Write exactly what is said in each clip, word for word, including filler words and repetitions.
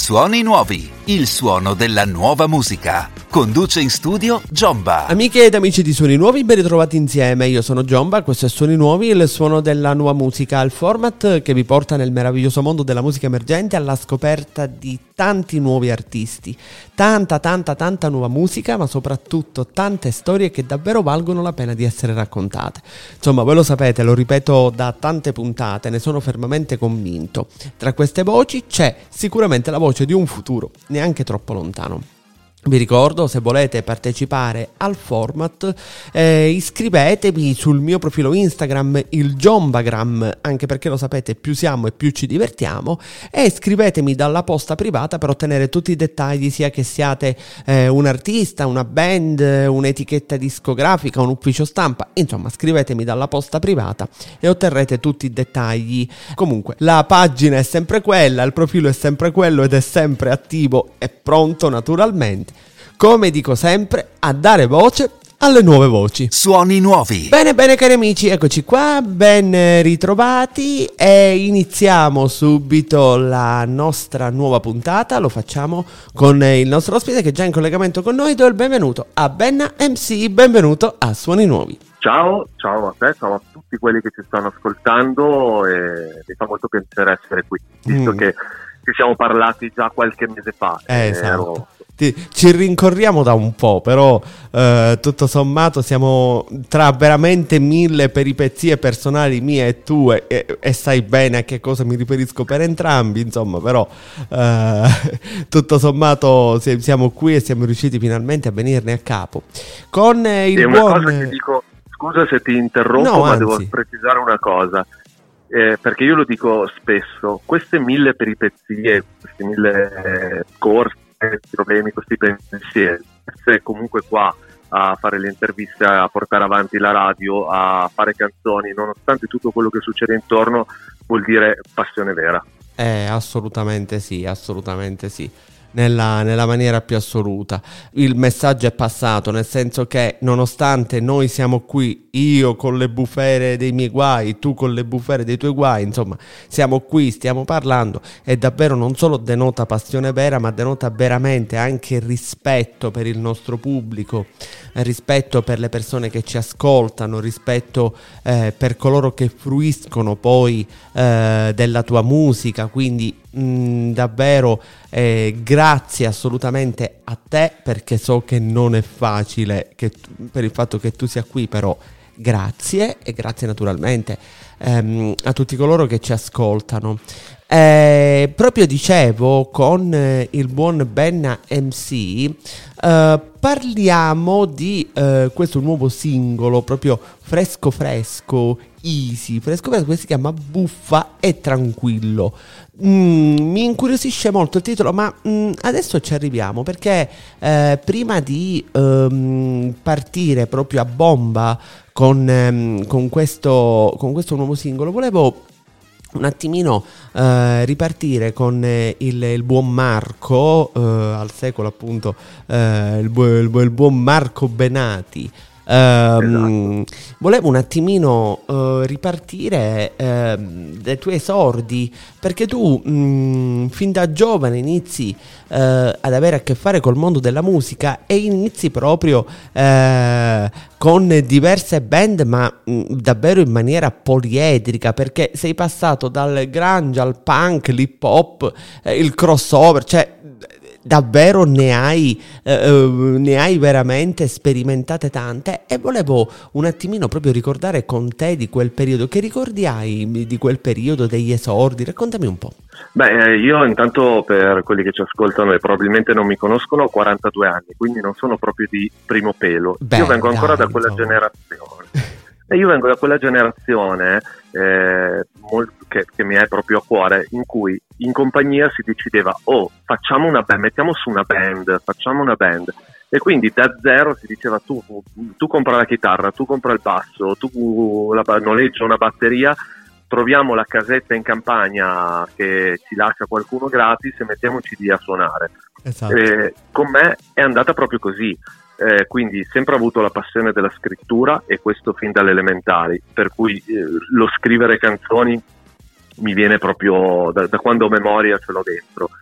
Suoni nuovi, il suono della nuova musica. Conduce in studio Giomba. Amiche ed amici di Suoni Nuovi, ben ritrovati insieme. Io sono Giomba, questo è Suoni Nuovi, il suono della nuova musica, il format che vi porta nel meraviglioso mondo della musica emergente alla scoperta di tanti nuovi artisti. Tanta, tanta, tanta nuova musica, ma soprattutto tante storie che davvero valgono la pena di essere raccontate. Insomma, voi lo sapete, lo ripeto da tante puntate, ne sono fermamente convinto. Tra queste voci c'è sicuramente la voce di un futuro neanche troppo lontano. Vi ricordo, se volete partecipare al format, eh, iscrivetevi sul mio profilo Instagram, il Giombagram, anche perché lo sapete, più siamo e più ci divertiamo, e scrivetemi dalla posta privata per ottenere tutti i dettagli, sia che siate eh, un artista, una band, un'etichetta discografica, un ufficio stampa, insomma scrivetemi dalla posta privata e otterrete tutti i dettagli. Comunque, la pagina è sempre quella, il profilo è sempre quello ed è sempre attivo e pronto naturalmente, come dico sempre, a dare voce alle nuove voci. Suoni nuovi. Bene, bene cari amici, eccoci qua, ben ritrovati e iniziamo subito la nostra nuova puntata. Lo facciamo con il nostro ospite che è già in collegamento con noi. Do il benvenuto a Benna M C, benvenuto a Suoni Nuovi. Ciao, ciao a te, ciao a tutti quelli che ci stanno ascoltando e mi fa molto piacere essere qui, visto mm. che ci siamo parlati già qualche mese fa. Eh, esatto. Ero... Ci rincorriamo da un po', però eh, tutto sommato siamo tra veramente mille peripezie personali mie e tue e, e sai bene a che cosa mi riferisco per entrambi, insomma, però eh, tutto sommato siamo qui e siamo riusciti finalmente a venirne a capo. Con eh, il e una buon... cosa che dico, scusa se ti interrompo, no, ma anzi. devo precisare una cosa. Eh, perché io lo dico spesso, queste mille peripezie, questi mille eh, corsi, questi problemi, questi pensieri, essere comunque qua a fare le interviste, a portare avanti la radio, a fare canzoni, nonostante tutto quello che succede intorno, vuol dire passione vera. Eh, assolutamente sì, assolutamente sì. Nella, nella maniera più assoluta. Il messaggio è passato, nel senso che nonostante noi siamo qui, io con le bufere dei miei guai, tu con le bufere dei tuoi guai, insomma siamo qui, stiamo parlando, e davvero non solo denota passione vera, ma denota veramente anche rispetto per il nostro pubblico, rispetto per le persone che ci ascoltano, rispetto eh, per coloro che fruiscono poi eh, della tua musica, quindi mh, davvero eh, grazie assolutamente a te, perché so che non è facile che tu, per il fatto che tu sia qui, però grazie, e grazie naturalmente ehm, a tutti coloro che ci ascoltano. Eh, proprio dicevo con eh, il buon Benna M C eh, parliamo di eh, questo nuovo singolo proprio fresco fresco, easy, fresco fresco, che si chiama Buffa e Tranquillo. Mm, mi incuriosisce molto il titolo, ma mm, adesso ci arriviamo, perché eh, prima di um, partire proprio a bomba con, um, con, questo, con questo nuovo singolo, volevo un attimino eh, ripartire con eh, il, il buon Marco, eh, al secolo appunto, eh, il, bu- il, bu- il buon Marco Benati. Um, esatto. Volevo un attimino uh, ripartire uh, dai tuoi esordi, perché tu mh, fin da giovane inizi uh, ad avere a che fare col mondo della musica e inizi proprio uh, con diverse band, ma mh, davvero in maniera poliedrica, perché sei passato dal grunge al punk, l'hip hop, eh, il crossover, cioè davvero ne hai, eh, ne hai veramente sperimentate tante, e volevo un attimino proprio ricordare con te di quel periodo. Che ricordi hai di quel periodo, degli esordi? Raccontami un po'. Beh, io intanto, per quelli che ci ascoltano e probabilmente non mi conoscono, ho quarantadue anni, quindi non sono proprio di primo pelo. Beh, io vengo ancora dai, da quella insomma. generazione. E io vengo da quella generazione eh, molto, che, che mi è proprio a cuore, in cui in compagnia si decideva: oh, facciamo una band, mettiamo su una band, facciamo una band. E quindi da zero si diceva: tu, tu compra la chitarra, tu compra il basso, tu la, noleggia una batteria, troviamo la casetta in campagna che ci lascia qualcuno gratis e mettiamoci lì a suonare. Esatto. E con me è andata proprio così. Eh, quindi sempre avuto la passione della scrittura, e questo fin dalle elementari, per cui eh, lo scrivere canzoni mi viene proprio da, da quando ho memoria, ce l'ho dentro.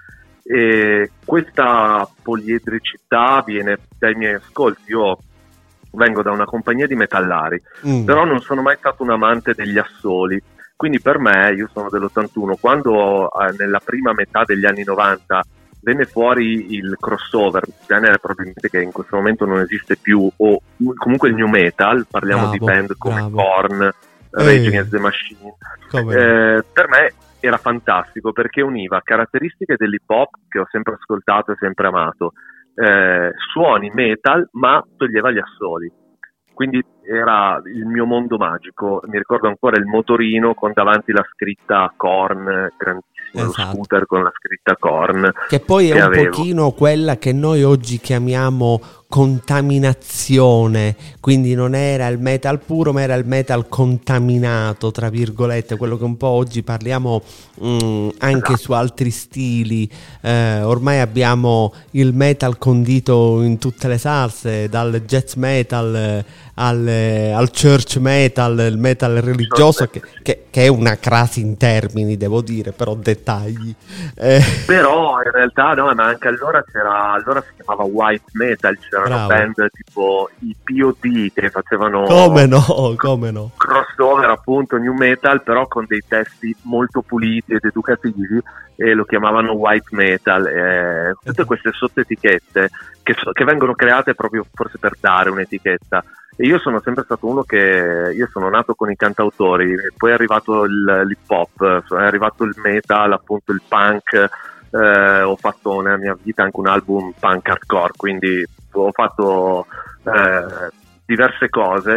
E questa poliedricità viene dai miei ascolti. Io vengo da una compagnia di metallari, mm. però non sono mai stato un amante degli assoli, quindi per me, io sono dell'ottantuno, quando eh, nella prima metà degli anni novanta venne fuori il crossover, genere probabilmente che in questo momento non esiste più, o comunque il new metal, parliamo bravo, di band come bravo. Korn, Rage Against the Machine, eh, per me era fantastico perché univa caratteristiche dell'hip hop che ho sempre ascoltato e sempre amato, eh, suoni metal ma toglieva gli assoli, quindi era il mio mondo magico. Mi ricordo ancora il motorino con davanti la scritta Korn, grandissimo, esatto. Lo scooter con la scritta Korn, che poi è che un avevo. pochino quella che noi oggi chiamiamo contaminazione, quindi non era il metal puro ma era il metal contaminato, tra virgolette, quello che un po' oggi parliamo mh, anche esatto. su altri stili. Eh, ormai abbiamo il metal condito in tutte le salse, dal jazz metal eh, al, eh, al church metal, il metal religioso, che, che, che è una crasi in termini, devo dire, però dettagli. Eh. Però in realtà no, ma anche allora c'era, allora si chiamava white metal, c'erano Bravo. band tipo i P O D che facevano come no, come no crossover, appunto new metal, però con dei testi molto puliti ed educativi, e lo chiamavano white metal. Eh, tutte queste sottetichette che, so, che vengono create proprio forse per dare un'etichetta. E io sono sempre stato uno che, io sono nato con i cantautori, poi è arrivato il, l'hip hop, è arrivato il metal, appunto il punk, eh, ho fatto nella mia vita anche un album punk hardcore, quindi ho fatto eh, diverse cose.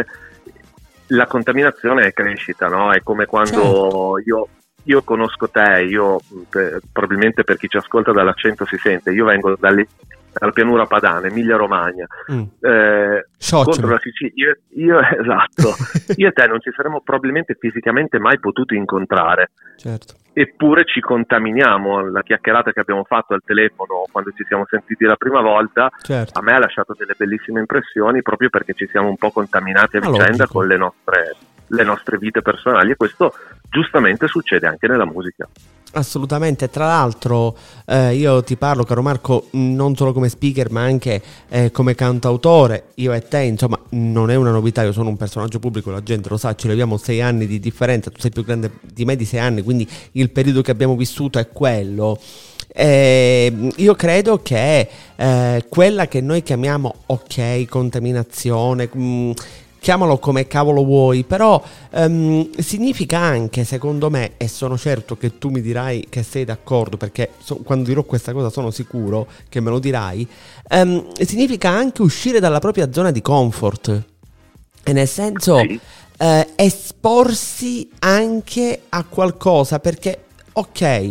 La contaminazione è crescita, no? È come quando certo. io io conosco te, io eh, probabilmente per chi ci ascolta dall'accento si sente, io vengo dalle, dalla pianura padana, Emilia Romagna, mm. eh, contro la Sicilia, io, io esatto, io e te non ci saremmo probabilmente fisicamente mai potuti incontrare, certo. Eppure ci contaminiamo. La chiacchierata che abbiamo fatto al telefono quando ci siamo sentiti la prima volta, certo. a me ha lasciato delle bellissime impressioni, proprio perché ci siamo un po' contaminati a vicenda logico. con le nostre, le nostre vite personali, e questo giustamente succede anche nella musica. Assolutamente. Tra l'altro eh, io ti parlo, caro Marco, non solo come speaker ma anche eh, come cantautore. Io e te, insomma, non è una novità, io sono un personaggio pubblico, la gente lo sa, ci leviamo sei anni di differenza, tu sei più grande di me di sei anni, quindi il periodo che abbiamo vissuto è quello. Eh, io credo che eh, quella che noi chiamiamo, ok, contaminazione, mh, chiamalo come cavolo vuoi, però um, significa anche, secondo me, e sono certo che tu mi dirai che sei d'accordo, perché so, quando dirò questa cosa sono sicuro che me lo dirai, um, significa anche uscire dalla propria zona di comfort, e nel senso sì. eh, esporsi anche a qualcosa, perché ok,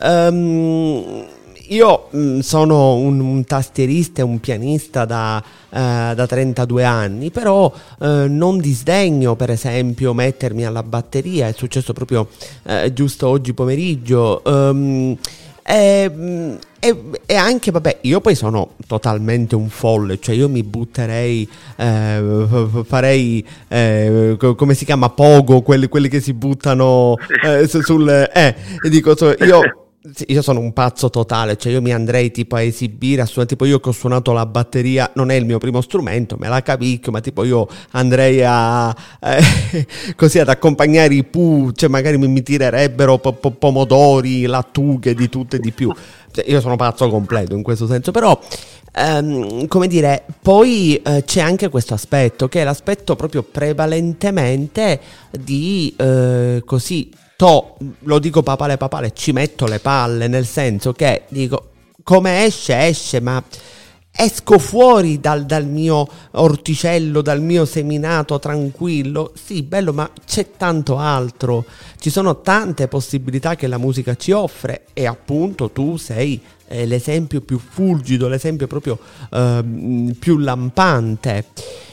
um, io mh, sono un, un tastierista e un pianista da, eh, da trentadue anni, però eh, non disdegno, per esempio, mettermi alla batteria. È successo proprio eh, giusto oggi pomeriggio. Um, e, e, e anche, vabbè, io poi sono totalmente un folle, cioè io mi butterei, eh, farei, eh, come si chiama, pogo, quelli, quelli che si buttano eh, sul... Eh, e dico, io... Io sono un pazzo totale, cioè io mi andrei tipo a esibire, a tipo io che ho suonato la batteria, non è il mio primo strumento, me la cavicchio, ma tipo io andrei a eh, così ad accompagnare i Pooh, cioè magari mi, mi tirerebbero po- po- pomodori, lattughe, di tutto e di più, cioè, io sono pazzo completo in questo senso, però um, come dire, poi uh, c'è anche questo aspetto, che è l'aspetto proprio prevalentemente di uh, così, to, lo dico papale papale, ci metto le palle, nel senso che dico, come esce esce, ma esco fuori dal, dal mio orticello, dal mio seminato tranquillo, sì bello, ma c'è tanto altro, ci sono tante possibilità che la musica ci offre, e appunto tu sei eh, l'esempio più fulgido, l'esempio proprio eh, più lampante.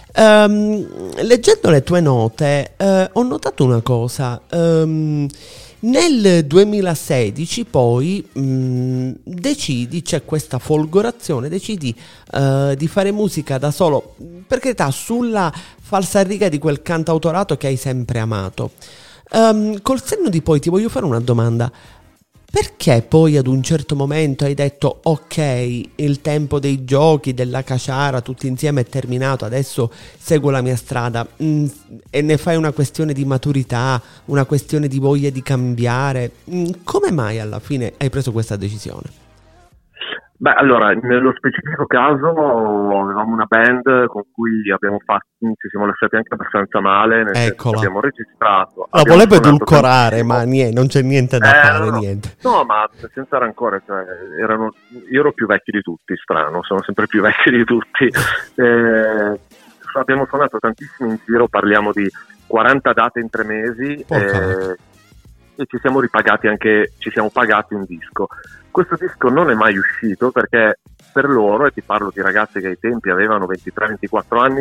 Um, leggendo le tue note uh, ho notato una cosa, um, nel duemilasedici poi um, decidi, c'è questa folgorazione, decidi uh, di fare musica da solo, per carità, sulla falsariga di quel cantautorato che hai sempre amato. Um, col senno di poi ti voglio fare una domanda: Perché poi ad un certo momento hai detto ok, il tempo dei giochi, della caciara, tutti insieme è terminato, adesso seguo la mia strada, mm, e ne fai una questione di maturità, una questione di voglia di cambiare? Mm, come mai alla fine hai preso questa decisione? Beh, allora, nello specifico caso avevamo una band con cui abbiamo fatto, ci siamo lasciati anche abbastanza male, nel senso che abbiamo registrato. La volevo edulcorare, ma niente, non c'è niente da eh, fare, no, no. niente. No, ma senza rancore, cioè, erano, io ero più vecchio di tutti, strano, sono sempre più vecchio di tutti. Eh, abbiamo suonato tantissimo in giro, parliamo di quaranta date in tre mesi eh, e ci siamo ripagati anche, ci siamo pagati un disco. Questo disco non è mai uscito perché per loro, e ti parlo di ragazzi che ai tempi avevano ventitré ventiquattro anni,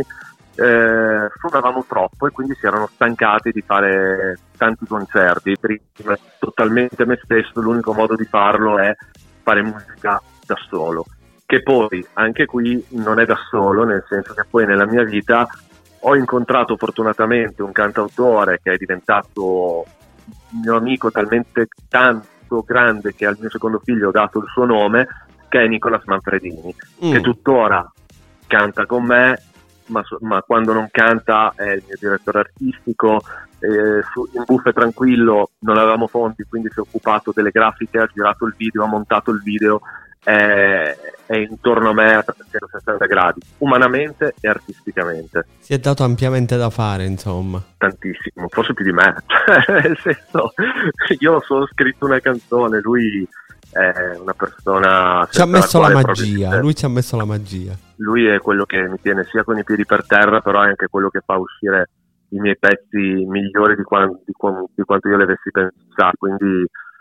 eh, suonavamo troppo e quindi si erano stancati di fare tanti concerti. Prima, totalmente me stesso, l'unico modo di farlo è fare musica da solo, che poi anche qui non è da solo, nel senso che poi nella mia vita ho incontrato fortunatamente un cantautore che è diventato mio amico talmente tanto grande che al mio secondo figlio ho dato il suo nome, che è Nicolas Manfredini, mm. che tuttora canta con me, ma, ma quando non canta è il mio direttore artistico. Eh, su, in Buffo e Tranquillo non avevamo fondi, quindi si è occupato delle grafiche, ha girato il video, ha montato il video, è, è intorno a me a trecentosessanta gradi, umanamente e artisticamente. Si è dato ampiamente da fare, insomma. Tantissimo, forse più di me. Nel senso, io ho solo scritto una canzone, lui è una persona... Ci ha messo la magia, lui ci ha messo la magia. Lui è quello che mi tiene sia con i piedi per terra, però è anche quello che fa uscire i miei pezzi migliori di, quanto, di, quanto, di quanto io le avessi pensato, quindi...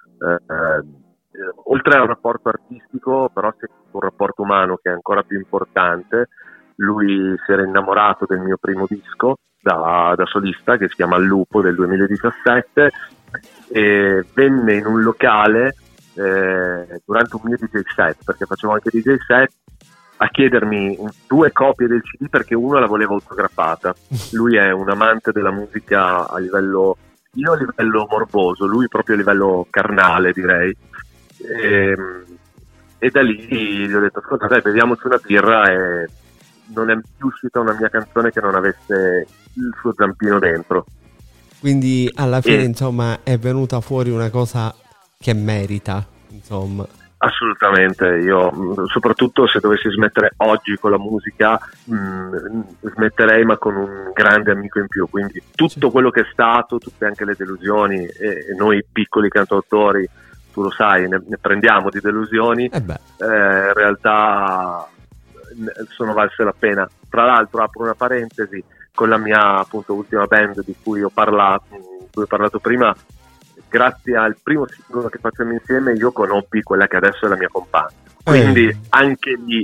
Eh, oltre al rapporto artistico, però c'è un rapporto umano che è ancora più importante. Lui si era innamorato del mio primo disco da, da solista, che si chiama Il Lupo, del duemiladiciassette, e venne in un locale eh, durante un mio D J set, perché facevo anche D J set, a chiedermi due copie del C D perché una la voleva autografata. Lui è un amante della musica a livello, io a livello morboso, lui proprio a livello carnale, direi. E, e da lì gli ho detto: ascolta, dai, beviamoci una birra, e non è più uscita una mia canzone che non avesse il suo zampino dentro. Quindi alla fine, e, insomma, è venuta fuori una cosa che merita, insomma. Assolutamente. Io, soprattutto se dovessi smettere oggi con la musica, mh, smetterei, ma con un grande amico in più, quindi tutto quello che è stato, tutte anche le delusioni, e, e noi piccoli cantautori, tu lo sai, ne, ne prendiamo di delusioni, eh beh. Eh, in realtà sono valse la pena. Tra l'altro, apro una parentesi, con la mia appunto ultima band di cui ho parlato, di cui ho parlato prima, grazie al primo singolo che facciamo insieme io conobbi quella che adesso è la mia compagna, quindi eh. anche lì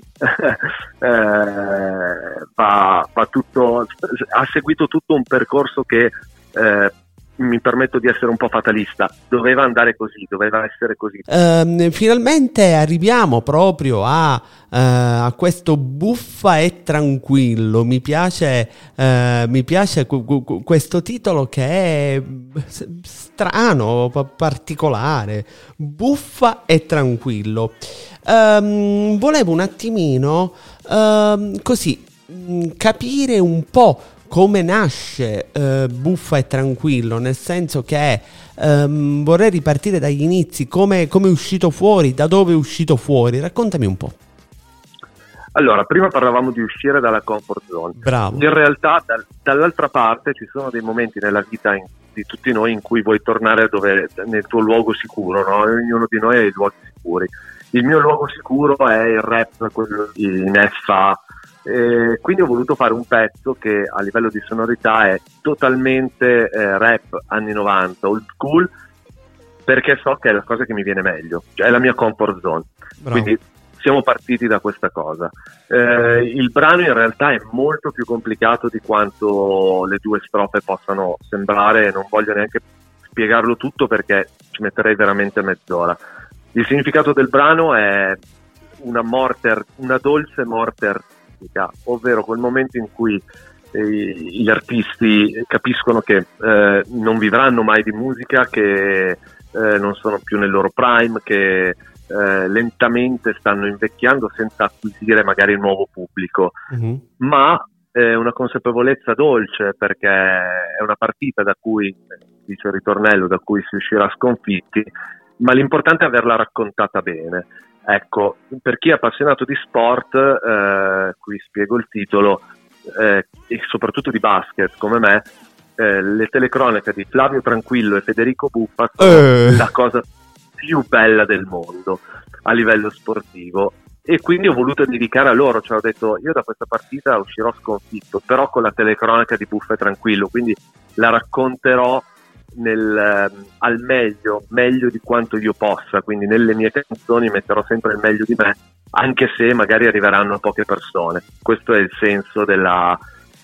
eh, va, va tutto, ha seguito tutto un percorso che eh, mi permetto di essere un po' fatalista, doveva andare così, doveva essere così. Uh, finalmente arriviamo proprio a, uh, a questo Buffa e Tranquillo. Mi piace, uh, mi piace cu- cu- questo titolo che è strano, p- particolare. Buffa e Tranquillo. Um, volevo un attimino uh, così mh, capire un po' come nasce uh, Buffa e Tranquillo, nel senso che um, vorrei ripartire dagli inizi, come è uscito fuori, da dove è uscito fuori, raccontami un po'. Allora, prima parlavamo di uscire dalla comfort zone. Bravo. In realtà dal, dall'altra parte ci sono dei momenti nella vita in, di tutti noi in cui vuoi tornare dove, nel tuo luogo sicuro, no? Ognuno di noi ha i luoghi sicuri. Il mio luogo sicuro è il rap, quello di Neffa. Eh, quindi ho voluto fare un pezzo che a livello di sonorità è totalmente eh, rap anni novanta, old school, perché so che è la cosa che mi viene meglio, cioè è la mia comfort zone. Bravo. Quindi siamo partiti da questa cosa. Eh, il brano in realtà è molto più complicato di quanto le due strofe possano sembrare, non voglio neanche spiegarlo tutto perché ci metterei veramente mezz'ora. Il significato del brano è una morte, una dolce morte artistica, ovvero quel momento in cui eh, gli artisti capiscono che eh, non vivranno mai di musica, che eh, non sono più nel loro prime, che eh, lentamente stanno invecchiando senza acquisire magari il nuovo pubblico, mm-hmm. ma è una consapevolezza dolce, perché è una partita da cui, dice il ritornello, da cui si uscirà sconfitti, ma l'importante è averla raccontata bene. Ecco, per chi è appassionato di sport, eh, qui spiego il titolo, eh, e soprattutto di basket come me, eh, le telecronache di Flavio Tranquillo e Federico Buffa sono eh. la cosa più bella del mondo a livello sportivo, e quindi ho voluto dedicare a loro, cioè ho detto io da questa partita uscirò sconfitto, però con la telecronaca di Buffa e Tranquillo, quindi la racconterò nel, eh, al meglio, meglio di quanto io possa, quindi nelle mie canzoni metterò sempre il meglio di me, anche se magari arriveranno a poche persone. Questo è il senso della,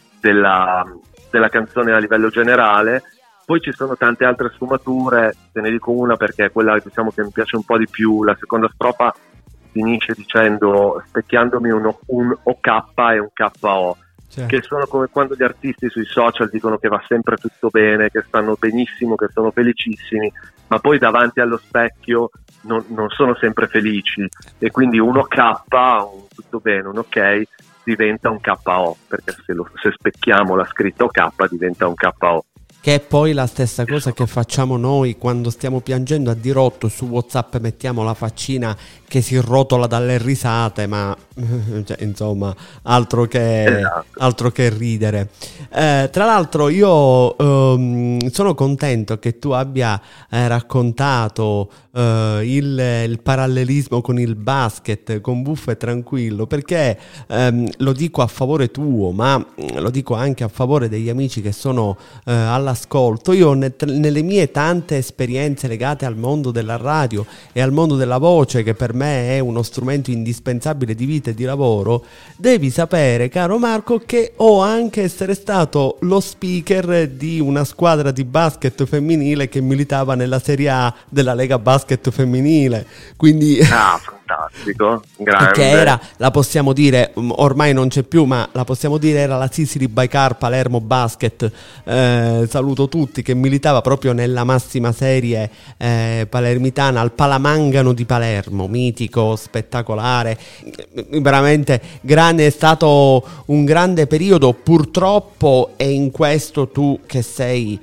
della, della canzone a livello generale. Poi ci sono tante altre sfumature, te ne dico una perché è quella, diciamo, che mi piace un po' di più. La seconda strofa finisce dicendo specchiandomi un, un O K e un K O, cioè, che sono come quando gli artisti sui social dicono che va sempre tutto bene, che stanno benissimo, che sono felicissimi, ma poi davanti allo specchio non, non sono sempre felici, e quindi un O K, un tutto bene, un ok, diventa un K O, perché se, lo, se specchiamo la scritta O K diventa un K O. Che è poi la stessa cosa che facciamo noi quando stiamo piangendo a dirotto, su WhatsApp mettiamo la faccina che si rotola dalle risate, ma cioè, insomma altro che, esatto. altro che ridere. Eh, tra l'altro io um, sono contento che tu abbia eh, raccontato uh, il, il parallelismo con il basket, con Buffa e Tranquillo, perché um, lo dico a favore tuo, ma lo dico anche a favore degli amici che sono uh, all'ascolto. Io ne, nelle mie tante esperienze legate al mondo della radio e al mondo della voce, che per me è uno strumento indispensabile di vita e di lavoro, devi sapere, caro Marco, che ho anche essere stato lo speaker di una squadra di basket femminile che militava nella Serie A della Lega Basket Femminile, quindi ah, fantastico, grande. Che era, la possiamo dire, ormai non c'è più, ma la possiamo dire era la Sicily Bycar Palermo Basket, eh, saluto tutti, che militava proprio nella massima serie eh, palermitana al Palamangano di Palermo, mitico, spettacolare, veramente grande, è stato un grande periodo. Purtroppo, e in questo tu che sei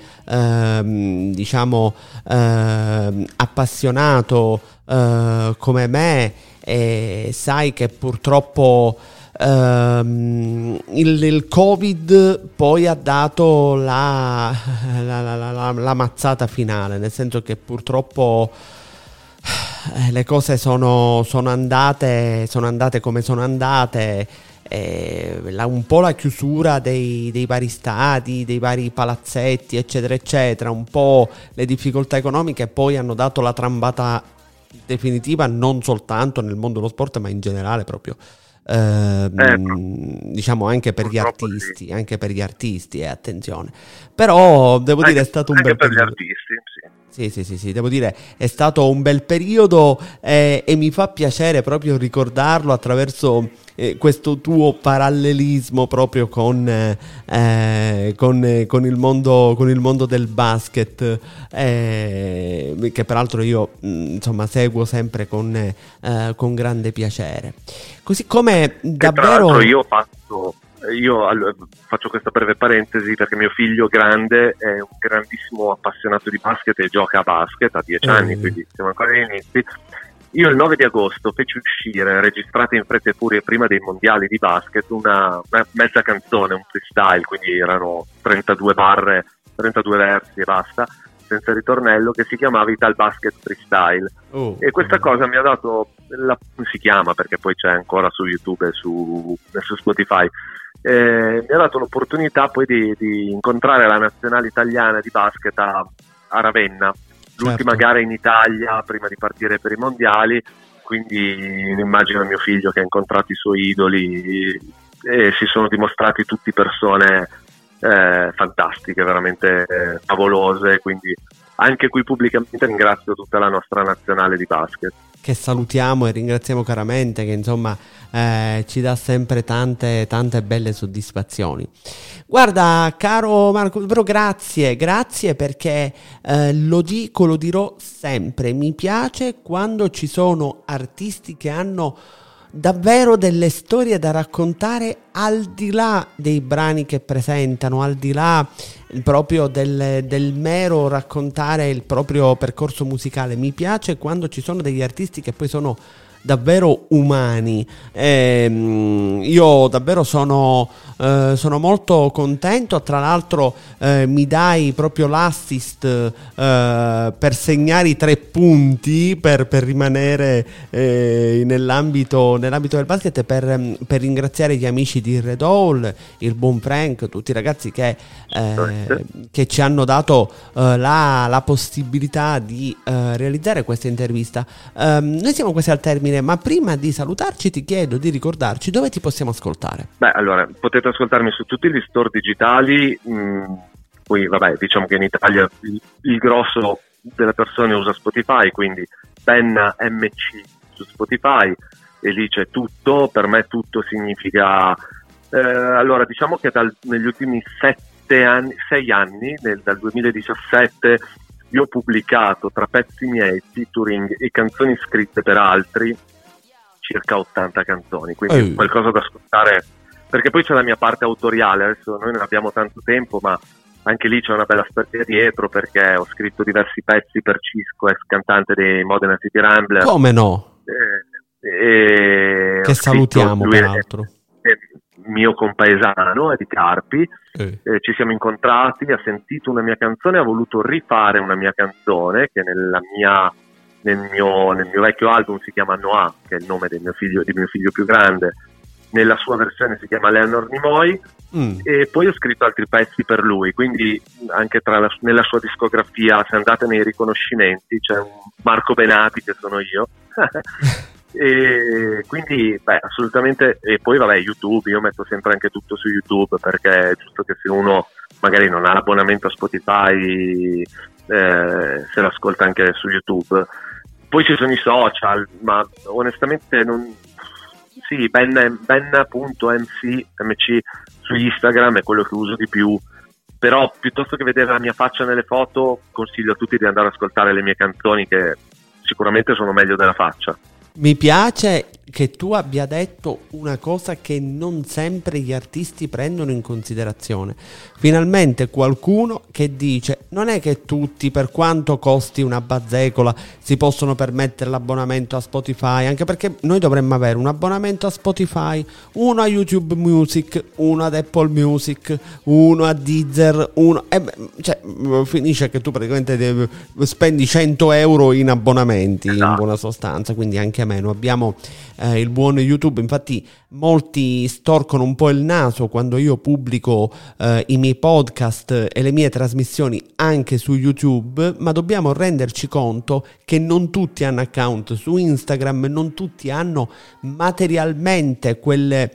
ehm, diciamo ehm, appassionato eh, come me, e sai che purtroppo Um, il, il Covid poi ha dato la, la, la, la, la mazzata finale, nel senso che purtroppo eh, le cose sono, sono andate sono andate come sono andate. Eh, la, un po' la chiusura dei, dei vari stadi, dei vari palazzetti, eccetera eccetera, un po' le difficoltà economiche poi hanno dato la trambata definitiva, non soltanto nel mondo dello sport ma in generale proprio. Uh, eh, diciamo anche per gli artisti, sì. anche per gli artisti, eh, attenzione. Però devo anche, dire è stato un bel per periodo. Gli artisti, sì. Sì, sì, sì, sì, devo dire è stato un bel periodo eh, e mi fa piacere proprio ricordarlo attraverso eh, questo tuo parallelismo proprio con, eh, con, con, il mondo, con il mondo del basket, eh, che peraltro io mh, insomma seguo sempre con, eh, con grande piacere. Così come davvero... Tra l'altro io faccio... Io faccio questa breve parentesi perché mio figlio grande è un grandissimo appassionato di basket e gioca a basket, ha dieci mm. anni, quindi siamo ancora agli inizi. Io il nove di agosto feci uscire, registrata in fretta e furia prima dei mondiali di basket, una, una mezza canzone, un freestyle, quindi erano trentadue barre, trentadue versi e basta, senza ritornello, che si chiamava Ital Basket Freestyle. Oh, e questa cosa mi ha dato, la, si chiama perché poi c'è ancora su YouTube e su, e su Spotify, Eh, mi ha dato l'opportunità poi di, di incontrare la nazionale italiana di basket a, a Ravenna, l'ultima certo. gara in Italia prima di partire per i mondiali, quindi immagino mio figlio che ha incontrato i suoi idoli e si sono dimostrati tutti persone eh, fantastiche, veramente eh, favolose, quindi anche qui pubblicamente ringrazio tutta la nostra nazionale di basket. che salutiamo e ringraziamo caramente, che insomma eh, ci dà sempre tante tante belle soddisfazioni. Guarda, caro Marco, davvero grazie, grazie perché eh, lo dico, lo dirò sempre, mi piace quando ci sono artisti che hanno davvero delle storie da raccontare al di là dei brani che presentano, al di là proprio del, del mero raccontare il proprio percorso musicale. Mi piace quando ci sono degli artisti che poi sono davvero umani. Eh, io davvero sono, eh, sono molto contento. Tra l'altro eh, mi dai proprio l'assist eh, per segnare i tre punti per, per rimanere eh, nell'ambito, nell'ambito del basket, per, per ringraziare gli amici di Red Hall, il buon Frank, tutti i ragazzi che, eh, che ci hanno dato eh, la, la possibilità di eh, realizzare questa intervista. Eh, noi siamo quasi al termine, ma prima di salutarci ti chiedo di ricordarci dove ti possiamo ascoltare. Beh, allora, potete ascoltarmi su tutti gli store digitali, mh, poi vabbè, diciamo che in Italia il, il grosso delle persone usa Spotify, quindi Penna M C su Spotify, e lì c'è tutto. Per me tutto significa eh, allora diciamo che dal, negli ultimi sette anni, sei anni, nel, dal duemiladiciassette, io ho pubblicato tra pezzi miei, featuring e canzoni scritte per altri circa ottanta canzoni, quindi Ehi. qualcosa da ascoltare, perché poi c'è la mia parte autoriale. Adesso noi non abbiamo tanto tempo, ma anche lì c'è una bella storia dietro, perché ho scritto diversi pezzi per Cisco, ex cantante dei Modena City Rambler. Come no? E, e che salutiamo peraltro. Mio compaesano, è di Carpi. Eh. Eh, ci siamo incontrati, ha sentito una mia canzone, ha voluto rifare una mia canzone che nella mia, nel, mio, nel mio vecchio album si chiama Noah, che è il nome del mio figlio, di mio figlio più grande. Nella sua versione si chiama Leonor Nimoy. Mm. E poi ho scritto altri pezzi per lui, quindi anche tra la, nella sua discografia, se andate nei riconoscimenti, c'è un Marco Benati che sono io. E quindi beh, assolutamente. E poi vabbè, YouTube, io metto sempre anche tutto su YouTube, perché è giusto che se uno magari non ha l'abbonamento a Spotify eh, se l'ascolta anche su YouTube. Poi ci sono i social, ma onestamente non sì, ben, ben.mc mc su Instagram è quello che uso di più, però piuttosto che vedere la mia faccia nelle foto consiglio a tutti di andare ad ascoltare le mie canzoni, che sicuramente sono meglio della faccia. Mi piace che tu abbia detto una cosa che non sempre gli artisti prendono in considerazione. Finalmente qualcuno che dice: non è che tutti, per quanto costi una bazzecola, si possono permettere l'abbonamento a Spotify, anche perché noi dovremmo avere un abbonamento a Spotify, uno a YouTube Music, uno ad Apple Music, uno a Deezer, uno eh, cioè finisce che tu praticamente devi, spendi cento euro in abbonamenti, in buona sostanza. Quindi anche a me, noi abbiamo eh, il buon YouTube. Infatti molti storcono un po' il naso quando io pubblico eh, i miei podcast e le mie trasmissioni anche su YouTube, ma dobbiamo renderci conto che non tutti hanno account su Instagram, non tutti hanno materialmente quelle,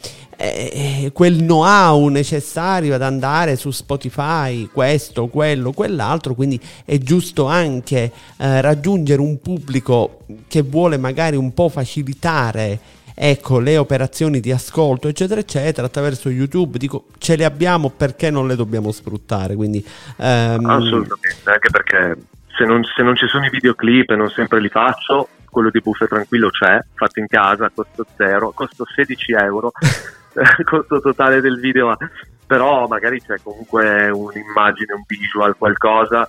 eh, quel know-how necessario ad andare su Spotify, questo, quello, quell'altro. Quindi è giusto anche eh, raggiungere un pubblico che vuole magari un po' facilitare, ecco, le operazioni di ascolto eccetera eccetera attraverso YouTube. Dico, ce le abbiamo, perché non le dobbiamo sfruttare? Quindi ehm... assolutamente, anche perché se non, se non ci sono i videoclip, e non sempre li faccio, quello di Buffo e Tranquillo c'è, fatto in casa, costo zero, costo sedici euro costo totale del video, però magari c'è comunque un'immagine, un visual, qualcosa,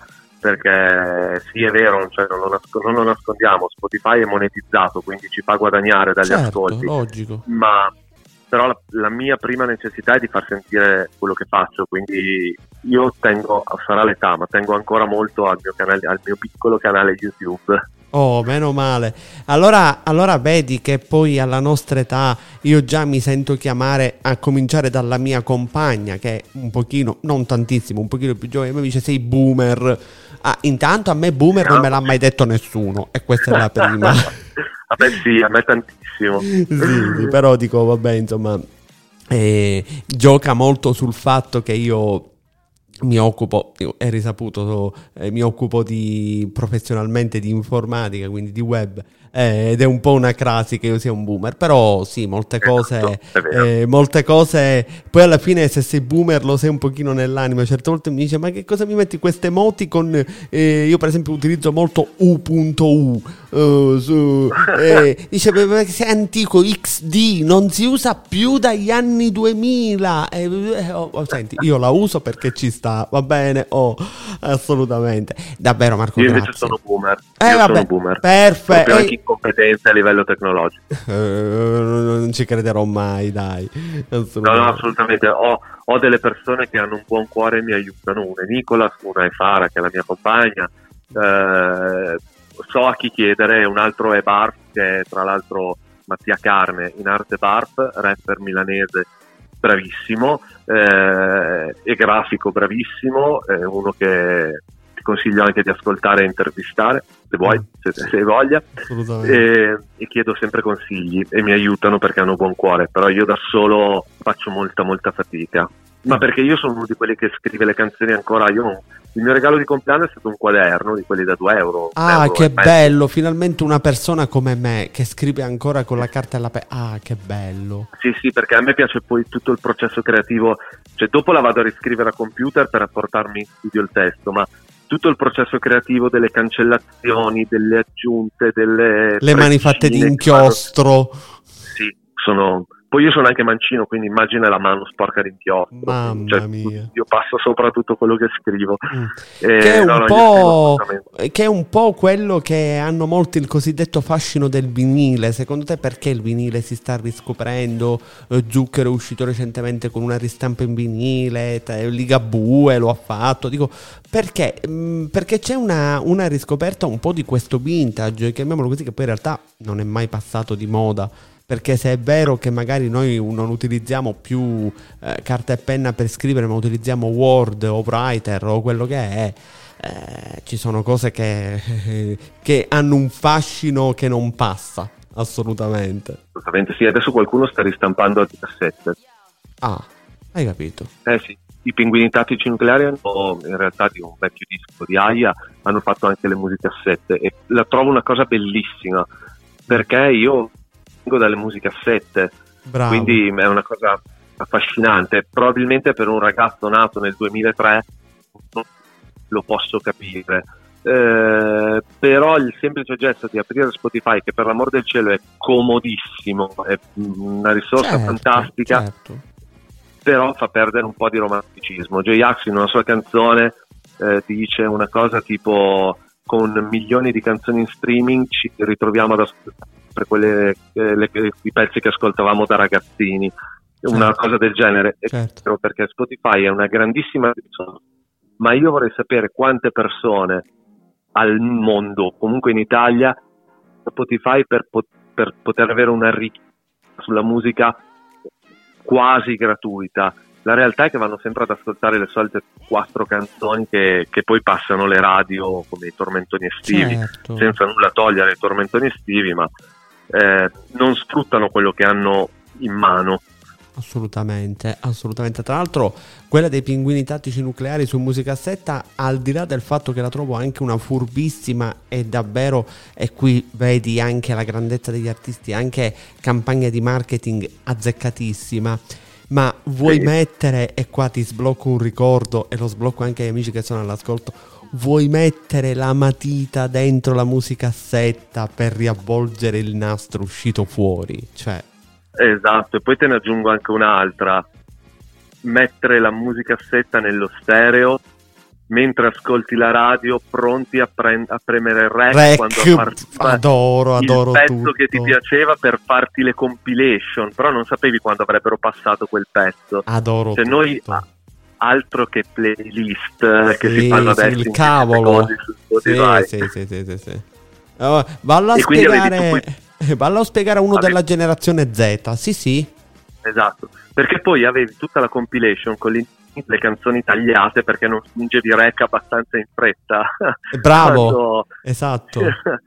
perché sì, è vero, cioè non, lo nasc- non lo nascondiamo, Spotify è monetizzato, quindi ci fa guadagnare dagli certo, ascolti, logico. Ma però la, la mia prima necessità è di far sentire quello che faccio, quindi io tengo, sarà l'età, ma tengo ancora molto al mio canale, al mio piccolo canale YouTube. Oh, meno male. Allora, allora vedi che poi alla nostra età io già mi sento chiamare, a cominciare dalla mia compagna, che è un pochino, non tantissimo, un pochino più giovane, mi dice: sei boomer. Ah, intanto a me boomer no. non me l'ha mai detto nessuno, e questa è la prima. Vabbè sì, a me tantissimo. sì, sì, però dico, vabbè, insomma, eh, gioca molto sul fatto che io mi occupo, è risaputo, eh, mi occupo di, professionalmente di informatica, quindi di web, eh, ed è un po' una crasi che io sia un boomer, però sì, molte cose, eh, molte cose, poi alla fine se sei boomer lo sei un pochino nell'anima, certe volte mi dice ma che cosa mi metti queste emoticon, eh, io per esempio utilizzo molto U punto U, uh, su, eh, dice perché sei antico, X D non si usa più dagli anni duemila, eh, eh, oh, oh, senti, io la uso perché ci sta, va bene, oh, assolutamente, davvero Marco, io grazie. invece sono boomer, eh, io vabbè, sono boomer, perfetto, proprio anche in competenze a livello tecnologico. Eh, non ci crederò mai, dai. No, no, assolutamente. Ho, ho delle persone che hanno un buon cuore e mi aiutano. Una è Nicolas, una è Fara, che è la mia compagna. Eh, so a chi chiedere. Un altro è Barf, che è tra l'altro Mattia Carne, in arte Barf, rapper milanese bravissimo, eh, e grafico bravissimo. È uno che ti consiglio anche di ascoltare e intervistare, se vuoi, se, se hai voglia, e, e chiedo sempre consigli e mi aiutano perché hanno buon cuore, però io da solo faccio molta molta fatica, ma perché io sono uno di quelli che scrive le canzoni ancora. Io non, il mio regalo di compleanno è stato un quaderno di quelli da due euro. Ah, euro che bello, finalmente una persona come me che scrive ancora con la carta e la penna. Ah, che bello. Sì, sì, perché a me piace poi tutto il processo creativo, cioè dopo la vado a riscrivere a computer per apportarmi in studio il testo, ma tutto il processo creativo delle cancellazioni, delle aggiunte, delle le mani fatte di inchiostro. Sì, sono. Poi io sono anche mancino, quindi immagina la mano sporca di inchiostro. Mamma cioè, mia. Io passo sopra tutto quello che scrivo. Mm. Eh, che, è no, un no, po', che è un po' quello che hanno molti, il cosiddetto fascino del vinile. Secondo te perché il vinile si sta riscoprendo? eh, Zucchero è uscito recentemente con una ristampa in vinile, Ligabue lo ha fatto. Dico perché? Mm, perché c'è una, una riscoperta un po' di questo vintage, chiamiamolo così, che poi in realtà non è mai passato di moda. Perché se è vero che magari noi non utilizziamo più eh, carta e penna per scrivere, ma utilizziamo Word o Writer o quello che è, eh, ci sono cose che, eh, che hanno un fascino che non passa, assolutamente. Assolutamente sì, adesso qualcuno sta ristampando di cassette. Ah, hai capito? Eh sì, i Pinguini Tattici Nucleari hanno, in realtà di un vecchio disco di Aia, hanno fatto anche le musicassette e la trovo una cosa bellissima, perché io dalle musicassette, bravo. Quindi è una cosa affascinante. Probabilmente per un ragazzo nato nel duemilatré lo posso capire, eh, però il semplice gesto di aprire Spotify, che per l'amor del cielo è comodissimo, è una risorsa certo, fantastica, certo. Però fa perdere un po' di romanticismo. J-Ax in una sua canzone eh, dice una cosa tipo: con milioni di canzoni in streaming ci ritroviamo ad ascoltare per quelle eh, le, i pezzi che ascoltavamo da ragazzini, una certo. cosa del genere, certo. Perché Spotify è una grandissima risorsa, ma io vorrei sapere quante persone al mondo, comunque in Italia, Spotify per, per poter avere una ricchezza sulla musica quasi gratuita. La realtà è che vanno sempre ad ascoltare le solite quattro canzoni che, che poi passano le radio come i tormentoni estivi, certo. senza nulla togliere ai tormentoni estivi, ma eh, non sfruttano quello che hanno in mano. Assolutamente, assolutamente. Tra l'altro quella dei Pinguini Tattici Nucleari su musicassetta, al di là del fatto che la trovo anche una furbissima e davvero, e qui vedi anche la grandezza degli artisti, anche campagna di marketing azzeccatissima. Ma vuoi sì. mettere, e qua ti sblocco un ricordo e lo sblocco anche agli amici che sono all'ascolto, vuoi mettere la matita dentro la musicassetta per riavvolgere il nastro uscito fuori? Cioè. Esatto, e poi te ne aggiungo anche un'altra: mettere la musicassetta nello stereo mentre ascolti la radio, pronti a, pre- a premere rec, rec quando partiva adoro, adoro il pezzo tutto. che ti piaceva per farti le compilation, però non sapevi quando avrebbero passato quel pezzo. Adoro cioè tutto. Noi altro che playlist sì, che si fanno adesso, il cavolo. Sì, sì, sì, sì, sì, sì. Uh, vallo a e spiegare poi... vallo a spiegare a uno avevi... della generazione Z. Sì, sì. Esatto, perché poi avevi tutta la compilation con le le canzoni tagliate perché non spingevi rec abbastanza in fretta. Bravo, quando... esatto.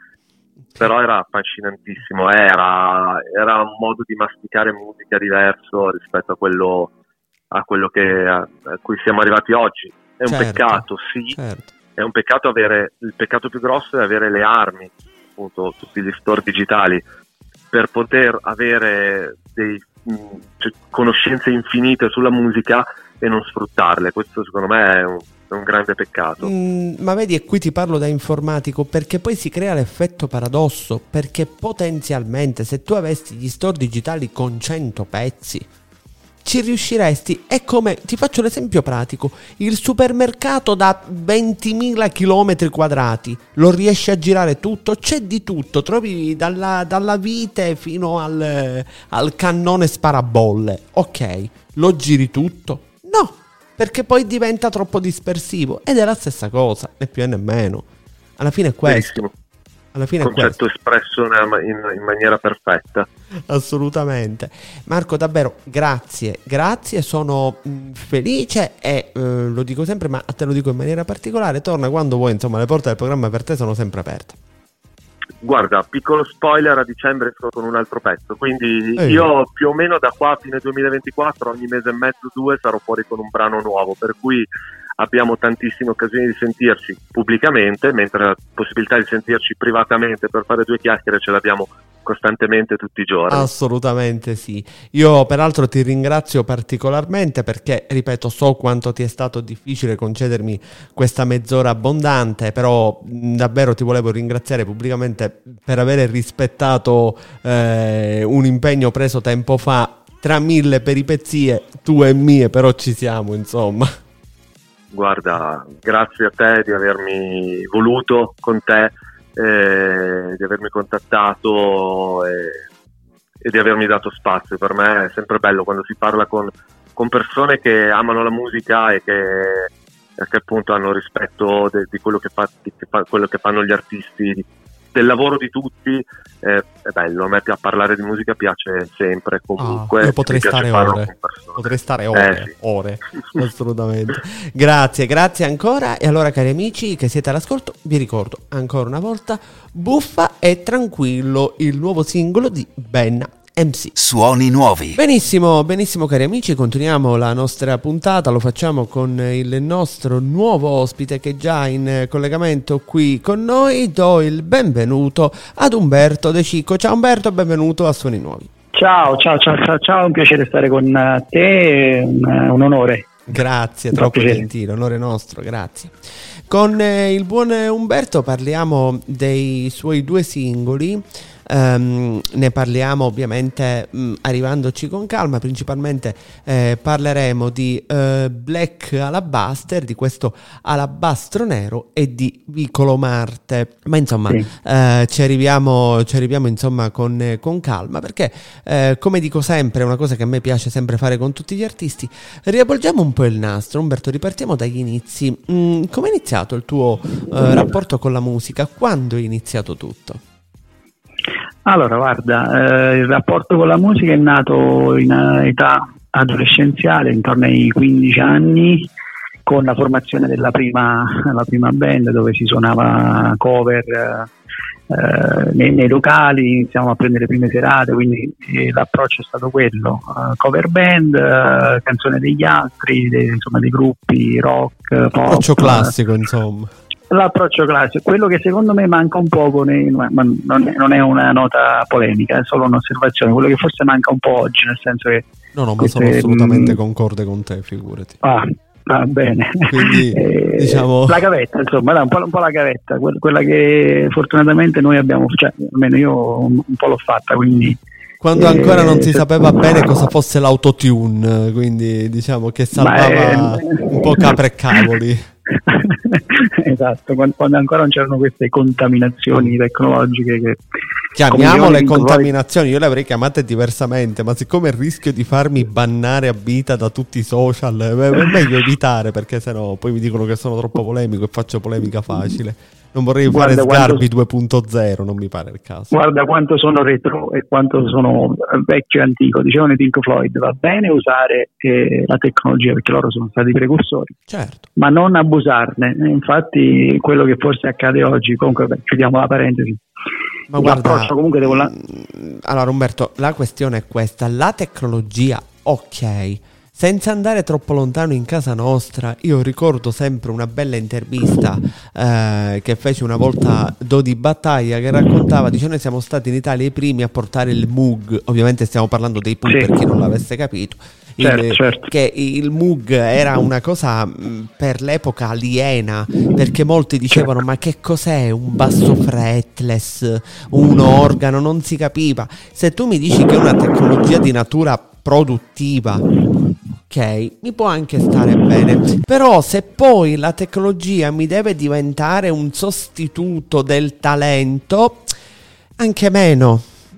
Però era affascinantissimo, era, era un modo di masticare musica diverso rispetto a quello a quello che a, a cui siamo arrivati oggi. È un certo, peccato, sì, certo. È un peccato avere, il peccato più grosso è avere le armi, appunto tutti gli store digitali, per poter avere dei, cioè, conoscenze infinite sulla musica e non sfruttarle. Questo secondo me è un, è un grande peccato. Mm, ma vedi, e qui ti parlo da informatico, perché poi si crea l'effetto paradosso, perché potenzialmente se tu avessi gli store digitali con cento pezzi ci riusciresti. È come, ti faccio l'esempio pratico, il supermercato da ventimila chilometri quadrati lo riesci a girare tutto, c'è di tutto, trovi dalla, dalla vite fino al, al cannone sparabolle, ok, lo giri tutto? No, perché poi diventa troppo dispersivo, ed è la stessa cosa, né più né meno, alla fine è questo. Benissimo. Alla fine concetto espresso in, in maniera perfetta. Assolutamente. Marco, davvero grazie, grazie, sono mh, felice e eh, lo dico sempre, ma a te lo dico in maniera particolare, torna quando vuoi, insomma le porte del programma per te sono sempre aperte. Guarda, piccolo spoiler, a dicembre sto con un altro pezzo, quindi Ehi. io più o meno da qua a fine duemilaventiquattro ogni mese e mezzo, due, sarò fuori con un brano nuovo, per cui abbiamo tantissime occasioni di sentirci pubblicamente, mentre la possibilità di sentirci privatamente per fare due chiacchiere ce l'abbiamo costantemente tutti i giorni. Assolutamente sì. Io peraltro ti ringrazio particolarmente perché, ripeto, so quanto ti è stato difficile concedermi questa mezz'ora abbondante, però mh, davvero ti volevo ringraziare pubblicamente per aver rispettato eh, un impegno preso tempo fa, tra mille peripezie tue e mie, però ci siamo, insomma. Guarda, grazie a te di avermi voluto con te, eh, di avermi contattato e, e di avermi dato spazio. Per me è sempre bello quando si parla con, con persone che amano la musica e che, e che appunto hanno rispetto de, di quello che, fa, di, che fa, quello che fanno gli artisti, del lavoro di tutti. Eh, è bello, a me a parlare di musica piace sempre, comunque. Ah, io potrei stare ore, potrei stare ore, eh, sì. ore, assolutamente. Grazie, grazie ancora. E allora, cari amici che siete all'ascolto, vi ricordo ancora una volta Buffa e Tranquillo, il nuovo singolo di Ben M C. Suoni nuovi. Benissimo, benissimo cari amici, continuiamo la nostra puntata, lo facciamo con il nostro nuovo ospite che è già in collegamento qui con noi. Do il benvenuto ad Umberto De Cicco. Ciao Umberto, benvenuto a Suoni Nuovi. Ciao, ciao, ciao, ciao, ciao, un piacere stare con te, un, un onore. Grazie, un troppo gentile, onore nostro, grazie. Con eh, il buon Umberto parliamo dei suoi due singoli. Um, ne parliamo ovviamente um, arrivandoci con calma. Principalmente eh, parleremo di uh, Black Alabaster, di questo alabastro nero, e di Vicolo Marte, ma insomma sì. eh, ci arriviamo ci arriviamo insomma con, eh, con calma, perché eh, come dico sempre, è una cosa che a me piace sempre fare con tutti gli artisti. Riavvolgiamo un po' il nastro. Umberto, ripartiamo dagli inizi. mm, come è iniziato il tuo eh, rapporto con la musica? Quando è iniziato tutto? Allora, guarda, eh, il rapporto con la musica è nato in età adolescenziale, intorno ai quindici anni, con la formazione della prima, la prima band, dove si suonava cover eh, nei, nei locali, iniziamo a prendere le prime serate, quindi eh, l'approccio è stato quello, uh, cover band, uh, canzone degli altri, dei, insomma dei gruppi rock, pop. Approccio classico, insomma. L'approccio classico, quello che secondo me manca un poco, nei, ma non, è, non è una nota polemica, è solo un'osservazione, quello che forse manca un po' oggi, nel senso che no no, ma sono assolutamente mh, concorde con te, figurati. Ah, va bene. Quindi, eh, diciamo... la gavetta, insomma, dai, un, po', un po' la gavetta, quella che fortunatamente noi abbiamo, cioè almeno io un, un po' l'ho fatta, quindi quando ancora non si sapeva bene cosa fosse l'autotune, quindi diciamo che salvava è... un po' capre e cavoli. Esatto, quando, quando ancora non c'erano queste contaminazioni tecnologiche che chiamiamole contaminazioni, io le avrei chiamate diversamente, ma siccome il rischio di farmi bannare a vita da tutti i social è meglio evitare, perché sennò poi mi dicono che sono troppo polemico e faccio polemica facile. Non vorrei fare Sgarbi due punto zero, non mi pare il caso. Guarda quanto sono retro e quanto sono vecchio e antico. Dicevano i Pink Floyd, va bene usare eh, la tecnologia perché loro sono stati i precursori, certo, ma non abusarne. Infatti quello che forse accade oggi, comunque beh, chiudiamo la parentesi. Ma guarda, comunque devo la... allora Umberto, la questione è questa: la tecnologia, ok, Senza andare troppo lontano in casa nostra, io ricordo sempre una bella intervista eh, che fece una volta Dodi Battaglia, che raccontava, dice, noi siamo stati in Italia i primi a portare il Moog, ovviamente stiamo parlando dei Pooh, sì, per chi non l'avesse capito. Certo, il, certo. Che il Moog era una cosa per l'epoca aliena, perché molti dicevano, certo, ma che cos'è un basso fretless, un organo, non si capiva. Se tu mi dici che è una tecnologia di natura produttiva, ok, mi può anche stare bene, però se poi la tecnologia mi deve diventare un sostituto del talento, anche meno.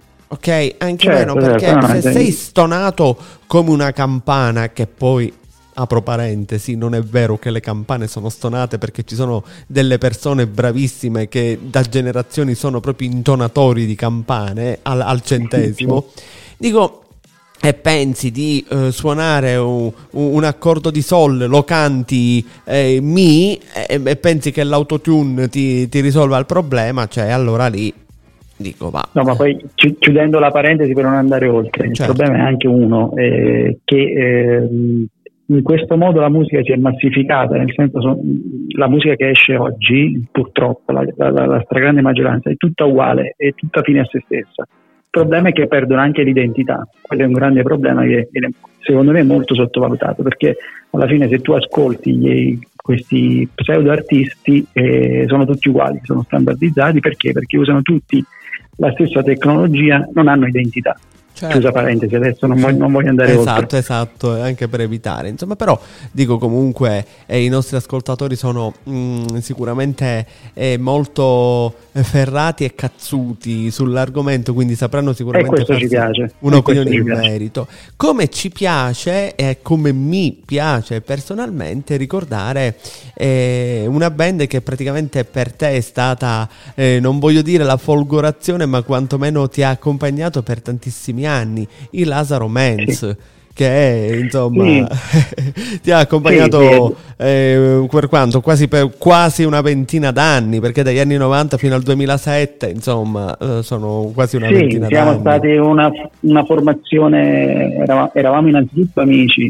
Ok, anche certo, meno, perché certo, se sei stonato come una campana, che poi, apro parentesi, non è vero che le campane sono stonate, perché ci sono delle persone bravissime che da generazioni sono proprio intonatori di campane al, al centesimo, dico, e pensi di uh, suonare un, un accordo di sol, lo canti eh, mi e, e pensi che l'autotune ti, ti risolva il problema, cioè allora lì dico va. No, ma poi chiudendo la parentesi per non andare oltre, certo, il problema è anche uno, eh, che eh, in questo modo la musica si è massificata, nel senso, so, la musica che esce oggi, purtroppo la, la, la stragrande maggioranza è tutta uguale, è tutta fine a se stessa. Il problema è che perdono anche l'identità, quello è un grande problema che secondo me è molto sottovalutato, perché alla fine se tu ascolti gli, questi pseudo artisti eh, sono tutti uguali, sono standardizzati, perché? Perché usano tutti la stessa tecnologia, non hanno identità. Certo. Chiusa parentesi, adesso non voglio, non voglio andare esatto, oltre. Esatto, anche per evitare, insomma, però dico comunque eh, i nostri ascoltatori sono mh, sicuramente eh, molto ferrati e cazzuti sull'argomento, quindi sapranno sicuramente farsi un'opinione in merito. Come ci piace e come mi piace personalmente ricordare eh, una band che praticamente per te è stata, eh, non voglio dire la folgorazione, ma quantomeno ti ha accompagnato per tantissimi anni, i Lazaro Mans, sì, che è, insomma, sì, ti ha accompagnato sì, sì. Eh, per quanto? Quasi, per, quasi una ventina d'anni, perché dagli anni novanta fino al duemilasette, insomma, eh, sono quasi una sì, ventina siamo d'anni. Siamo stati una, una formazione, eravamo, eravamo innanzitutto amici,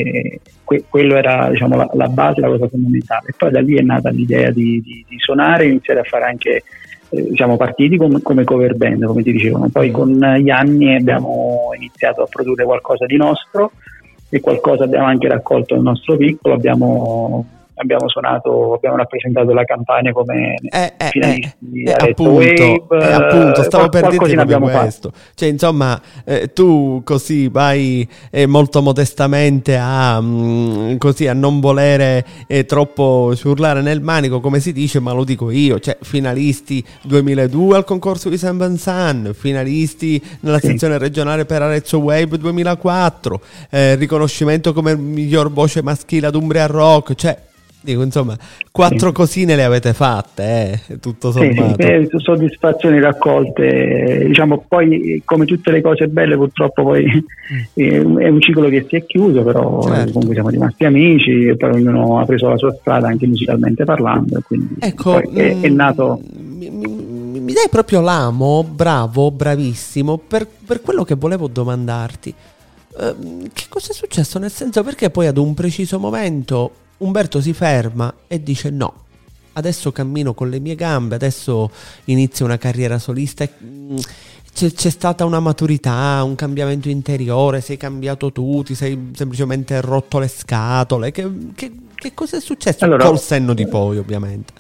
e que, quello era, diciamo, la, la base, la cosa fondamentale. E poi da lì è nata l'idea di, di, di suonare, iniziare a fare anche, eh, siamo partiti com, come cover band, come ti dicevo, poi con gli anni abbiamo iniziato a produrre qualcosa di nostro, e qualcosa abbiamo anche raccolto nel nostro piccolo, abbiamo, abbiamo suonato, abbiamo rappresentato la Campania come eh, eh, finalisti eh, a eh, appunto, Wave, eh, appunto, stavo per dirti abbiamo questo, fatto. Cioè, insomma, eh, tu così vai eh, molto modestamente a mh, così a non volere eh, troppo urlare nel manico, come si dice, ma lo dico io, cioè finalisti duemiladue al concorso di San Vincent, finalisti nella sì. sezione regionale per Arezzo Wave duemilaquattro, eh, riconoscimento come miglior voce maschile ad Umbria Rock, cioè dico, insomma, quattro sì. cosine le avete fatte, eh, tutto sommato. Sì, sì, soddisfazioni raccolte, diciamo, poi come tutte le cose belle purtroppo poi mm. è un ciclo che si è chiuso, però certo. comunque siamo rimasti amici e poi ognuno ha preso la sua strada anche musicalmente parlando, e quindi ecco, poi è, è nato... Mi, mi, mi dai proprio l'amo, bravo, bravissimo, per, per quello che volevo domandarti. Uh, che cosa è successo? Nel senso, perché poi ad un preciso momento Umberto si ferma e dice no, adesso cammino con le mie gambe, adesso inizio una carriera solista, c'è, c'è stata una maturità, un cambiamento interiore, sei cambiato tu, ti sei semplicemente rotto le scatole, che, che, che cosa è successo? Allora, col senno di poi, ovviamente.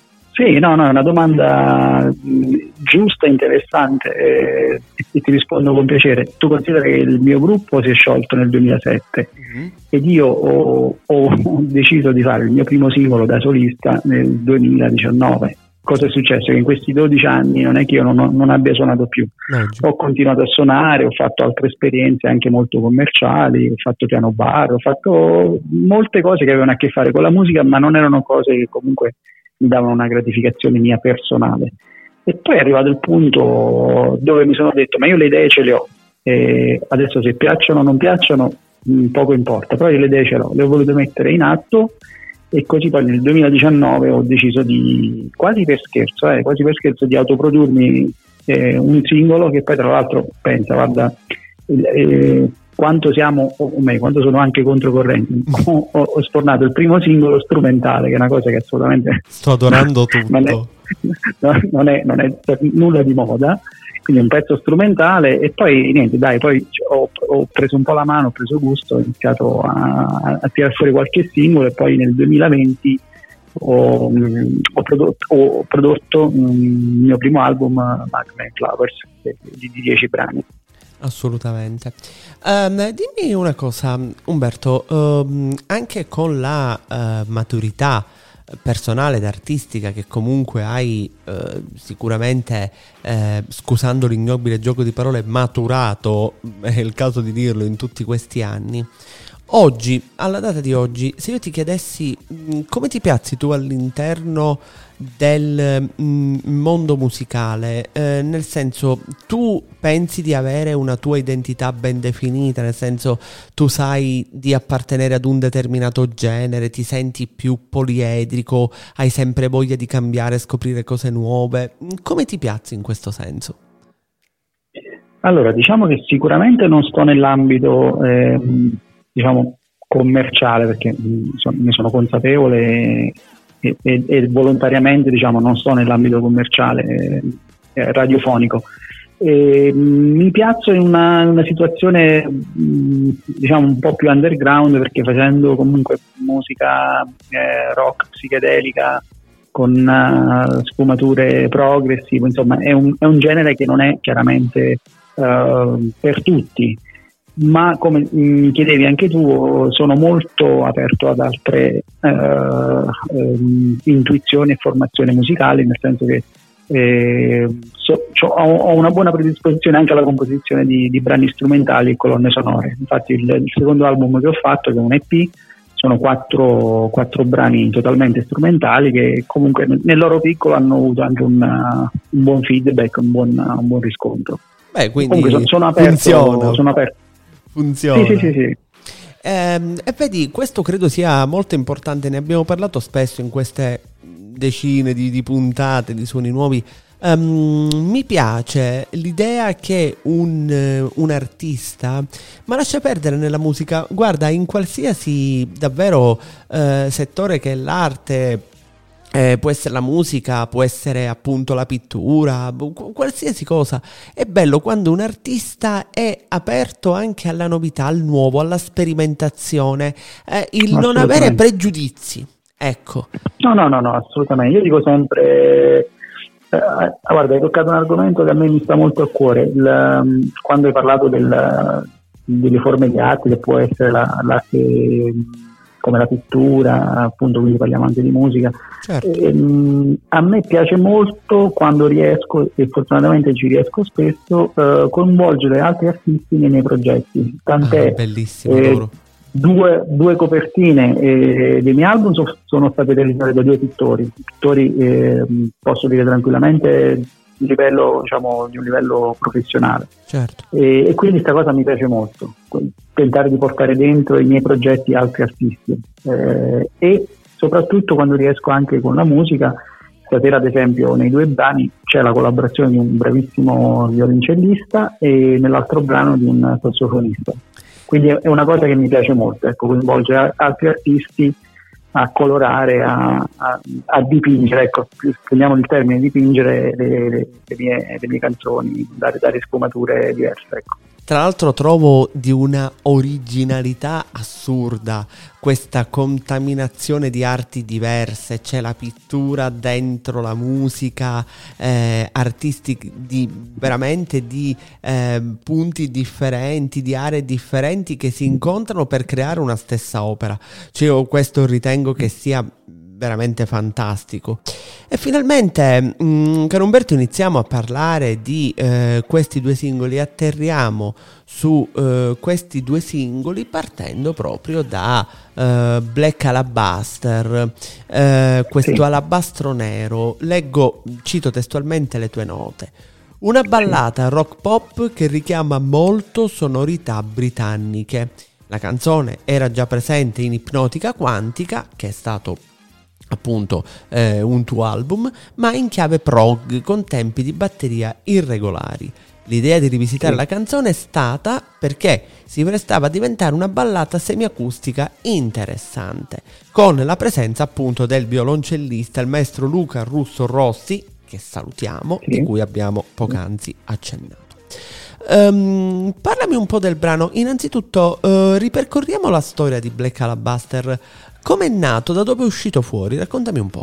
Sì, no, no, è una domanda giusta e interessante, e, e ti rispondo con piacere. Tu considera che il mio gruppo si è sciolto nel duemilasette mm-hmm. ed io ho, ho deciso di fare il mio primo singolo da solista nel duemiladiciannove. Cosa è successo? Che in questi dodici anni non è che io non, non abbia suonato più, no, ho continuato a suonare, ho fatto altre esperienze anche molto commerciali, ho fatto piano bar, ho fatto molte cose che avevano a che fare con la musica, ma non erano cose che comunque mi davano una gratificazione mia personale. E poi è arrivato il punto dove mi sono detto, ma io le idee ce le ho, e adesso se piacciono o non piacciono poco importa, però io le idee ce le ho, le ho volute mettere in atto, e così poi nel duemiladiciannove ho deciso di, quasi per scherzo, eh, quasi per scherzo, di autoprodurmi eh, un singolo che poi tra l'altro, pensa, guarda, eh, quanto siamo, o meglio, quanto sono anche controcorrenti. Ho, ho, ho sfornato il primo singolo strumentale, che è una cosa che assolutamente sto adorando tutto. non, è, non, è, non è per nulla di moda, quindi un pezzo strumentale, e poi niente, dai, poi ho, ho preso un po' la mano, ho preso gusto, ho iniziato a, a tirare fuori qualche singolo, e poi nel duemilaventi ho, ho prodotto, ho prodotto il mio primo album, Magma and Flowers, di dieci brani. Assolutamente. Um, dimmi una cosa, Umberto, um, anche con la uh, maturità personale ed artistica che comunque hai uh, sicuramente, uh, scusando l'ignobile gioco di parole, maturato, è il caso di dirlo, in tutti questi anni, oggi, alla data di oggi, se io ti chiedessi mh, come ti piazzi tu all'interno del mh, mondo musicale, eh, nel senso, tu pensi di avere una tua identità ben definita, nel senso, tu sai di appartenere ad un determinato genere, ti senti più poliedrico, hai sempre voglia di cambiare, scoprire cose nuove, come ti piazzi in questo senso? Allora, diciamo che sicuramente non sto nell'ambito eh, diciamo commerciale, perché mh, so, ne sono consapevole, e, e, e volontariamente, diciamo, non sto nell'ambito commerciale eh, radiofonico. E, mh, mi piazzo in una, una situazione mh, diciamo un po' più underground, perché facendo comunque musica eh, rock psichedelica con uh, sfumature progressive, insomma è un, è un genere che non è chiaramente uh, per tutti, ma come mi chiedevi anche tu, sono molto aperto ad altre uh, um, intuizioni e formazioni musicali, nel senso che eh, so, ho, ho una buona predisposizione anche alla composizione di, di brani strumentali e colonne sonore. Infatti il, il secondo album che ho fatto, che è un E P, sono quattro, quattro brani totalmente strumentali che comunque nel loro piccolo hanno avuto anche una, un buon feedback, un buon, un buon riscontro. Beh, quindi comunque sono, sono aperto, funziona. Sono aperto. Funziona. Sì, sì, sì, sì. Ehm, e vedi, questo credo sia molto importante, ne abbiamo parlato spesso in queste decine di, di puntate di Suoni Nuovi. Um, mi piace l'idea che un, un artista, ma lascia perdere nella musica, guarda, in qualsiasi davvero eh, settore che è l'arte, eh, può essere la musica, può essere appunto la pittura, qualsiasi cosa, è bello quando un artista è aperto anche alla novità, al nuovo, alla sperimentazione, eh, il non avere pregiudizi, ecco. No, no, no, no, assolutamente. Io dico sempre, eh, guarda, hai toccato un argomento che a me mi sta molto a cuore. Il, quando hai parlato del, delle forme di arte, che può essere la, l'arte come la pittura, appunto, quindi parliamo anche di musica. Certo. E, a me piace molto quando riesco, e fortunatamente ci riesco spesso, eh, coinvolgere altri artisti nei miei progetti. Tant'è, ah, bellissimo, eh, loro. Due, due copertine eh, dei miei album so, sono state realizzate da due pittori, pittori eh, posso dire tranquillamente di livello, diciamo, di un livello professionale. Certo. E, e quindi questa cosa mi piace molto, tentare di portare dentro i miei progetti altri artisti, eh, e soprattutto quando riesco anche con la musica. Stasera, ad esempio, nei due brani c'è la collaborazione di un bravissimo violoncellista e nell'altro brano di un sassofonista. Quindi è una cosa che mi piace molto, ecco, coinvolgere altri artisti a colorare, a, a, a dipingere, ecco, prendiamo il termine dipingere le, le, le, mie, le mie canzoni, dare, dare sfumature diverse, ecco. Tra l'altro trovo di una originalità assurda questa contaminazione di arti diverse, c'è la pittura dentro la musica, eh, artisti di veramente di eh, punti differenti, di aree differenti che si incontrano per creare una stessa opera. Cioè, io questo ritengo che sia veramente fantastico. E finalmente, mh, caro Umberto, iniziamo a parlare di eh, questi due singoli, atterriamo su eh, questi due singoli partendo proprio da eh, Black Alabaster, eh, questo sì. Alabastro nero. Leggo, cito testualmente le tue note: una ballata rock pop che richiama molto sonorità britanniche. La canzone era già presente in Ipnotica Quantica, che è stato appunto eh, un tuo album, ma in chiave prog con tempi di batteria irregolari. L'idea di rivisitare sì. la canzone è stata perché si prestava a diventare una ballata semiacustica interessante, con la presenza appunto del violoncellista, il maestro Luca Russo Rossi, che salutiamo, sì. di cui abbiamo poc'anzi accennato. Um, parlami un po' del brano. Innanzitutto uh, ripercorriamo la storia di Black Alabaster. Come è nato? Da dove è uscito fuori? Raccontami un po'.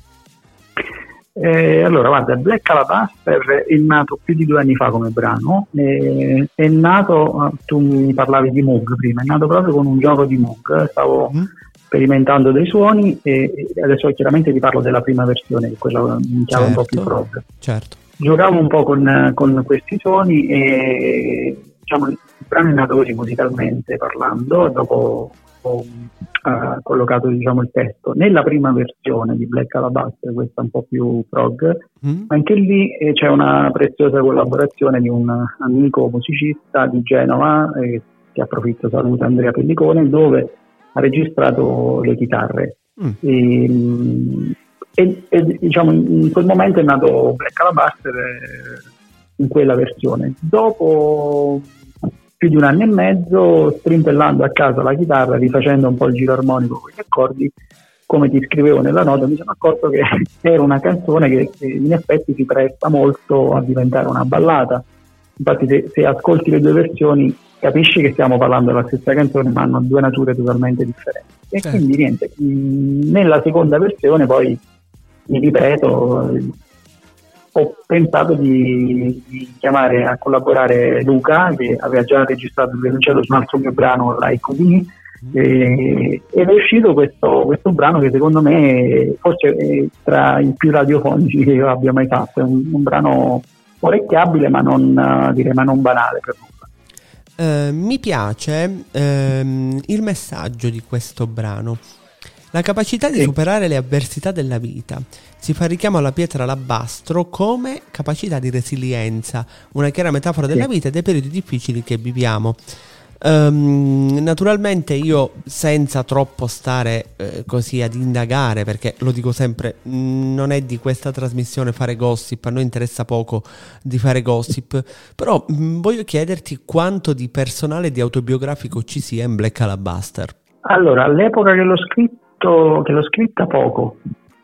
Eh, allora, guarda, Black Alabaster è nato più di due anni fa come brano. Eh, è nato, tu mi parlavi di Moog prima, è nato proprio con un gioco di Moog. Stavo mm. sperimentando dei suoni e, e adesso chiaramente ti parlo della prima versione, che è quella in chiave certo, un po' più prog. Certo. Giocavo un po' con, con questi suoni e diciamo il brano è nato così musicalmente parlando, dopo ho uh, collocato diciamo il testo. Nella prima versione di Black Alabaster, questa un po' più prog, mm. anche lì eh, c'è una preziosa collaborazione di un amico musicista di Genova, eh, che approfitto saluta, Andrea Pellicone, dove ha registrato le chitarre. Mm. E, E, e diciamo in quel momento è nato Black Alabaster in quella versione. Dopo più di un anno e mezzo, strimpellando a casa la chitarra, rifacendo un po' il giro armonico con gli accordi, come ti scrivevo nella nota, mi sono accorto che era una canzone che in effetti si presta molto a diventare una ballata. Infatti se, se ascolti le due versioni capisci che stiamo parlando della stessa canzone, ma hanno due nature totalmente differenti. E certo. Quindi niente, nella seconda versione poi mi ripeto, ho pensato di, di chiamare a collaborare Luca, che aveva già registrato il violoncello su un altro mio brano, Like Me, e, ed è uscito questo, questo brano che secondo me forse è tra i più radiofonici che io abbia mai fatto. È un, un brano orecchiabile ma non, direi, ma non banale per nulla. Uh, mi piace uh, il messaggio di questo brano. La capacità di sì. superare le avversità della vita. Si fa richiamo alla pietra alabastro come capacità di resilienza, una chiara metafora della sì. vita e dei periodi difficili che viviamo. Um, naturalmente io, senza troppo stare eh, così ad indagare, perché lo dico sempre, mh, non è di questa trasmissione fare gossip, a noi interessa poco di fare gossip, però mh, voglio chiederti quanto di personale e di autobiografico ci sia in Black Alabaster. Allora, all'epoca che l'ho scritto, che l'ho scritta poco.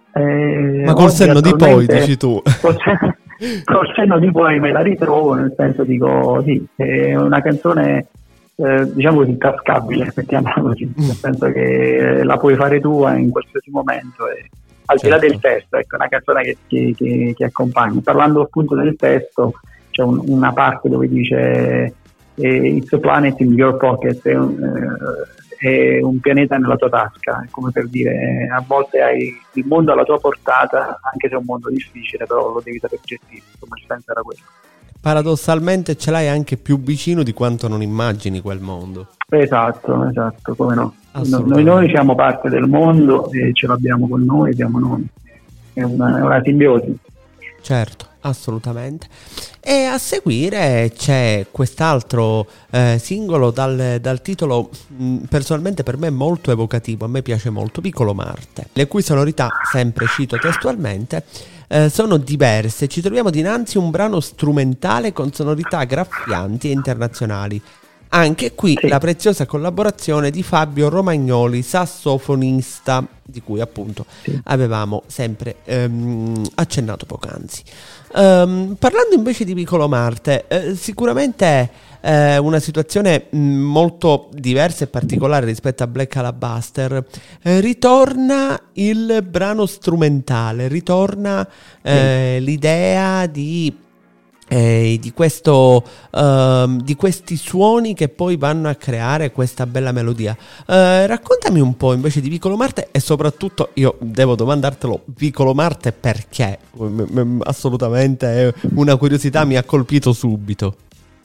Eh, Ma col senno di poi, dici tu. Col senno, col senno di poi me la ritrovo, nel senso dico, sì, è una canzone, eh, diciamo così, tascabile, mettiamola così, mm. nel senso che la puoi fare tua in qualsiasi momento, e, al certo. di là del testo, ecco, è una canzone che, che, che, che accompagna. Parlando appunto del testo, c'è un, una parte dove dice It's a planet in your pocket, è un, eh, è un pianeta nella tua tasca, è come per dire, a volte hai il mondo alla tua portata, anche se è un mondo difficile, però lo devi saper gestire, insomma il senso era quello. Paradossalmente ce l'hai anche più vicino di quanto non immagini quel mondo. Esatto, esatto, come no. Noi, noi siamo parte del mondo e ce l'abbiamo con noi, siamo noi. È una, è una simbiosi. Certo, assolutamente. E a seguire c'è quest'altro eh, singolo dal, dal titolo mh, personalmente per me molto evocativo, a me piace molto, Piccolo Marte, le cui sonorità, sempre cito testualmente, eh, sono diverse. Ci troviamo dinanzi a un brano strumentale con sonorità graffianti e internazionali. Anche qui sì. la preziosa collaborazione di Fabio Romagnoli, sassofonista, di cui appunto sì. avevamo sempre ehm, accennato poc'anzi. Um, parlando invece di Piccolo Marte, eh, sicuramente è eh, una situazione mh, molto diversa e particolare rispetto a Black Alabaster. Eh, ritorna il brano strumentale, ritorna eh, sì. l'idea di Eh, di questo uh, di questi suoni che poi vanno a creare questa bella melodia. Uh, raccontami un po' invece di Piccolo Marte, e soprattutto io devo domandartelo, Piccolo Marte perché? M- m- assolutamente è una curiosità, mi ha colpito subito.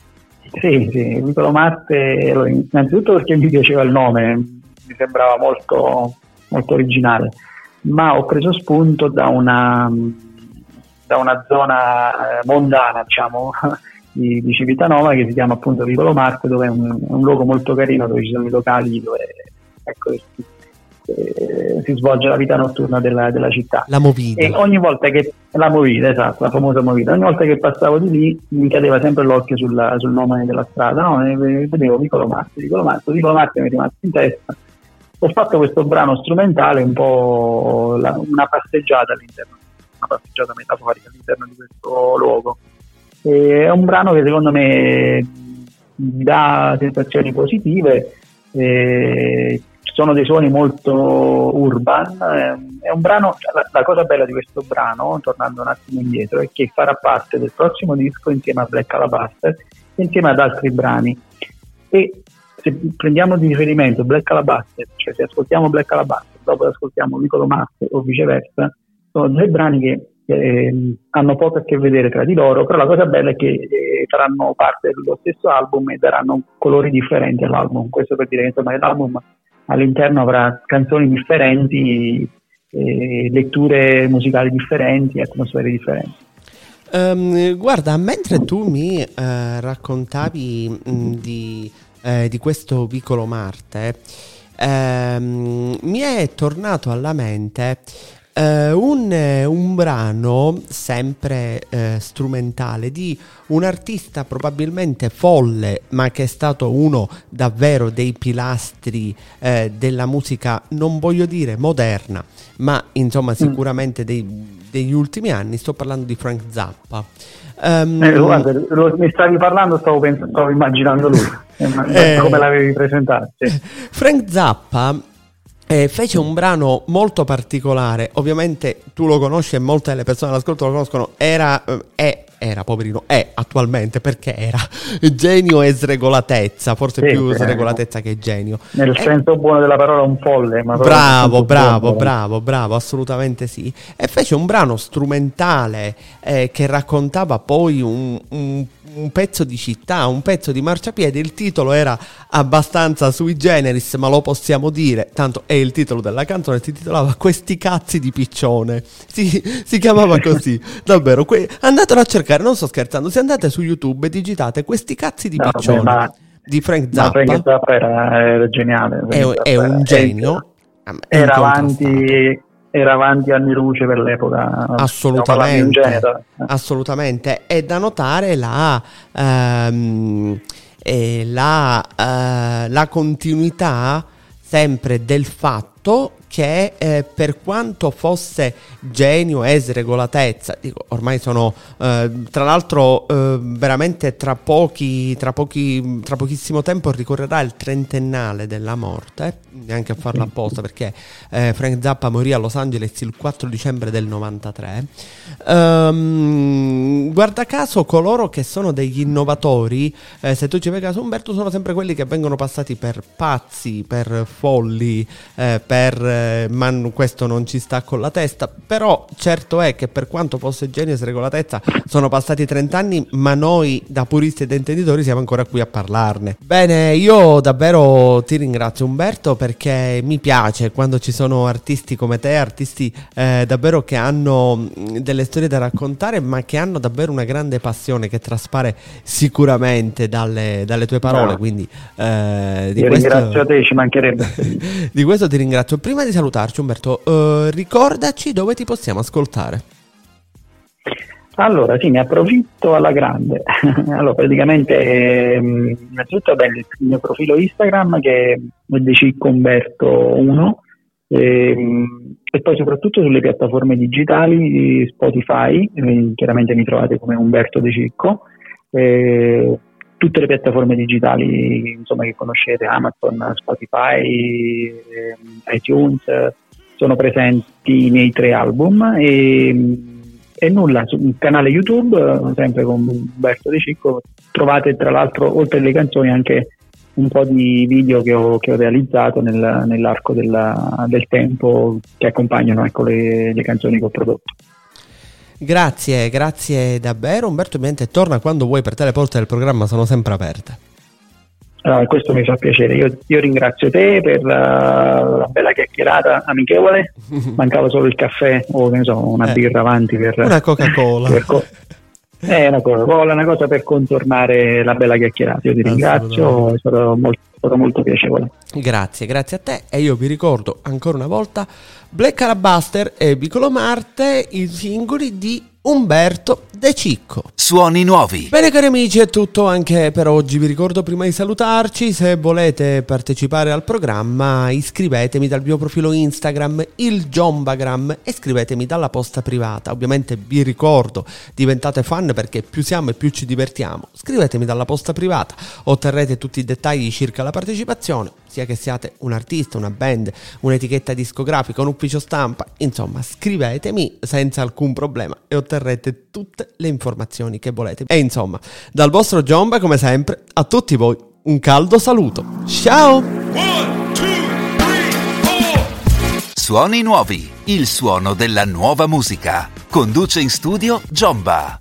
Sì, sì, Piccolo Marte, allora, innanzitutto perché mi piaceva il nome, mi sembrava molto, molto originale, ma ho preso spunto da una da una zona eh, mondana, diciamo, di, di Civitanova, che si chiama appunto Piccolo Marte, dove è un, un luogo molto carino, dove ci sono i locali, dove ecco, eh, si svolge la vita notturna della, della città. La movida. E ogni volta che la movida, esatto, la famosa movida, ogni volta che passavo di lì mi cadeva sempre l'occhio sulla, sul nome della strada, no? E vedevo Vicolo Marti, Vicolo Marti, Vicolo Marti mi è rimasto in testa. Ho fatto questo brano strumentale, un po' la, una passeggiata all'interno, una passeggiata metaforica all'interno di questo luogo. E è un brano che secondo me dà sensazioni positive, e ci sono dei suoni molto urban. È un brano, la, la cosa bella di questo brano, tornando un attimo indietro, è che farà parte del prossimo disco insieme a Black Alabaster e insieme ad altri brani. E se prendiamo di riferimento Black Alabaster, cioè se ascoltiamo Black Alabaster, dopo ascoltiamo Vicolo Marti o viceversa, sono due brani che eh, hanno poco a che vedere tra di loro, però la cosa bella è che eh, faranno parte dello stesso album e daranno colori differenti all'album. Questo per dire che insomma l'album all'interno avrà canzoni differenti, eh, letture musicali differenti, atmosfere differenti. Um, guarda, mentre tu mi uh, raccontavi mh, di, eh, di questo Vicolo Marte, ehm, mi è tornato alla mente Uh, un, un brano sempre uh, strumentale di un artista probabilmente folle, ma che è stato uno davvero dei pilastri uh, della musica, non voglio dire moderna, ma insomma sicuramente dei, degli ultimi anni. Sto parlando di Frank Zappa. Um, eh, guarda, lo, mi stavi parlando, stavo, pensando, stavo immaginando lui, eh, come l'avevi presentato. Sì. Frank Zappa Eh, fece un brano molto particolare, ovviamente tu lo conosci e molte delle persone all'ascolto lo conoscono, era, eh, è, era, poverino, è attualmente, perché era genio e sregolatezza, forse sì, più sregolatezza che genio. Nel e, senso buono della parola un folle. Ma bravo, bravo, buono. bravo, bravo, assolutamente sì. E fece un brano strumentale eh, che raccontava poi un, un un pezzo di città, un pezzo di marciapiede. Il titolo era abbastanza sui generis, ma lo possiamo dire, tanto è il titolo della canzone, si titolava Questi cazzi di piccione, si, si chiamava così, davvero, que- andatelo a cercare, non sto scherzando, se andate su YouTube e digitate Questi cazzi di no, piccione vabbè, ma, di Frank Zappa, Frank Zappa era, era geniale, è, è un genio, era avanti era avanti anni luce per l'epoca. Assolutamente, assolutamente. È da notare la ehm, eh, la, eh, la continuità sempre del fatto che eh, per quanto fosse genio e sregolatezza, dico, ormai sono eh, tra l'altro eh, veramente tra pochi tra pochi tra pochissimo tempo ricorrerà il trentennale della morte, neanche a farla apposta, perché eh, Frank Zappa morì a Los Angeles il quattro dicembre del novantatré. Um, guarda caso coloro che sono degli innovatori, eh, se tu ci fai caso Umberto, sono sempre quelli che vengono passati per pazzi, per folli, eh, per ma questo non ci sta con la testa. Però certo è che per quanto fosse genio e sregolatezza sono passati trenta anni, ma noi da puristi ed intenditori siamo ancora qui a parlarne. Bene, io davvero ti ringrazio Umberto, perché mi piace quando ci sono artisti come te, artisti eh, davvero che hanno delle storie da raccontare, ma che hanno davvero una grande passione che traspare sicuramente dalle, dalle tue parole, no. Quindi eh, di io questo, ringrazio te, ci mancherebbe. Di questo ti ringrazio. Prima di salutarci Umberto, uh, ricordaci dove ti possiamo ascoltare. Allora sì, ne approfitto alla grande. Allora praticamente eh, innanzitutto beh, il mio profilo Instagram che è Decicco Umberto uno, eh, e poi soprattutto sulle piattaforme digitali Spotify, eh, chiaramente mi trovate come Umberto Decicco, eh, tutte le piattaforme digitali insomma che conoscete, Amazon, Spotify, eh, iTunes, sono presenti i miei tre album e, e nulla, sul canale YouTube sempre con Umberto Decicco trovate tra l'altro oltre alle canzoni anche un po' di video che ho, che ho realizzato nel, nell'arco della, del tempo che accompagnano ecco, le, le canzoni che ho prodotto. Grazie, grazie davvero Umberto, ovviamente torna quando vuoi, per te le porte del programma sono sempre aperte. Allora, questo mi fa piacere, io, io ringrazio te per la, la bella chiacchierata amichevole, mancava solo il caffè o che ne so, una eh, birra avanti per una Coca-Cola per, co- È una cosa, una cosa per contornare la bella chiacchierata. Io ti ringrazio, è stato molto, è stato molto piacevole. Grazie, grazie a te. E io vi ricordo ancora una volta Black Alabaster e Piccolo Marte, i singoli di Umberto De Cicco. Suoni nuovi. Bene cari amici, è tutto anche per oggi. Vi ricordo prima di salutarci, se volete partecipare al programma iscrivetemi dal mio profilo Instagram, il Jombagram, e scrivetemi dalla posta privata. Ovviamente vi ricordo, diventate fan perché più siamo e più ci divertiamo. Scrivetemi dalla posta privata, otterrete tutti i dettagli circa la partecipazione, sia che siate un artista, una band, un'etichetta discografica, un ufficio stampa, insomma scrivetemi senza alcun problema e otterrete tutte le informazioni che volete. E insomma, dal vostro Jomba come sempre, a tutti voi un caldo saluto. Ciao! One, two, three, four. Suoni nuovi, il suono della nuova musica. Conduce in studio Jomba.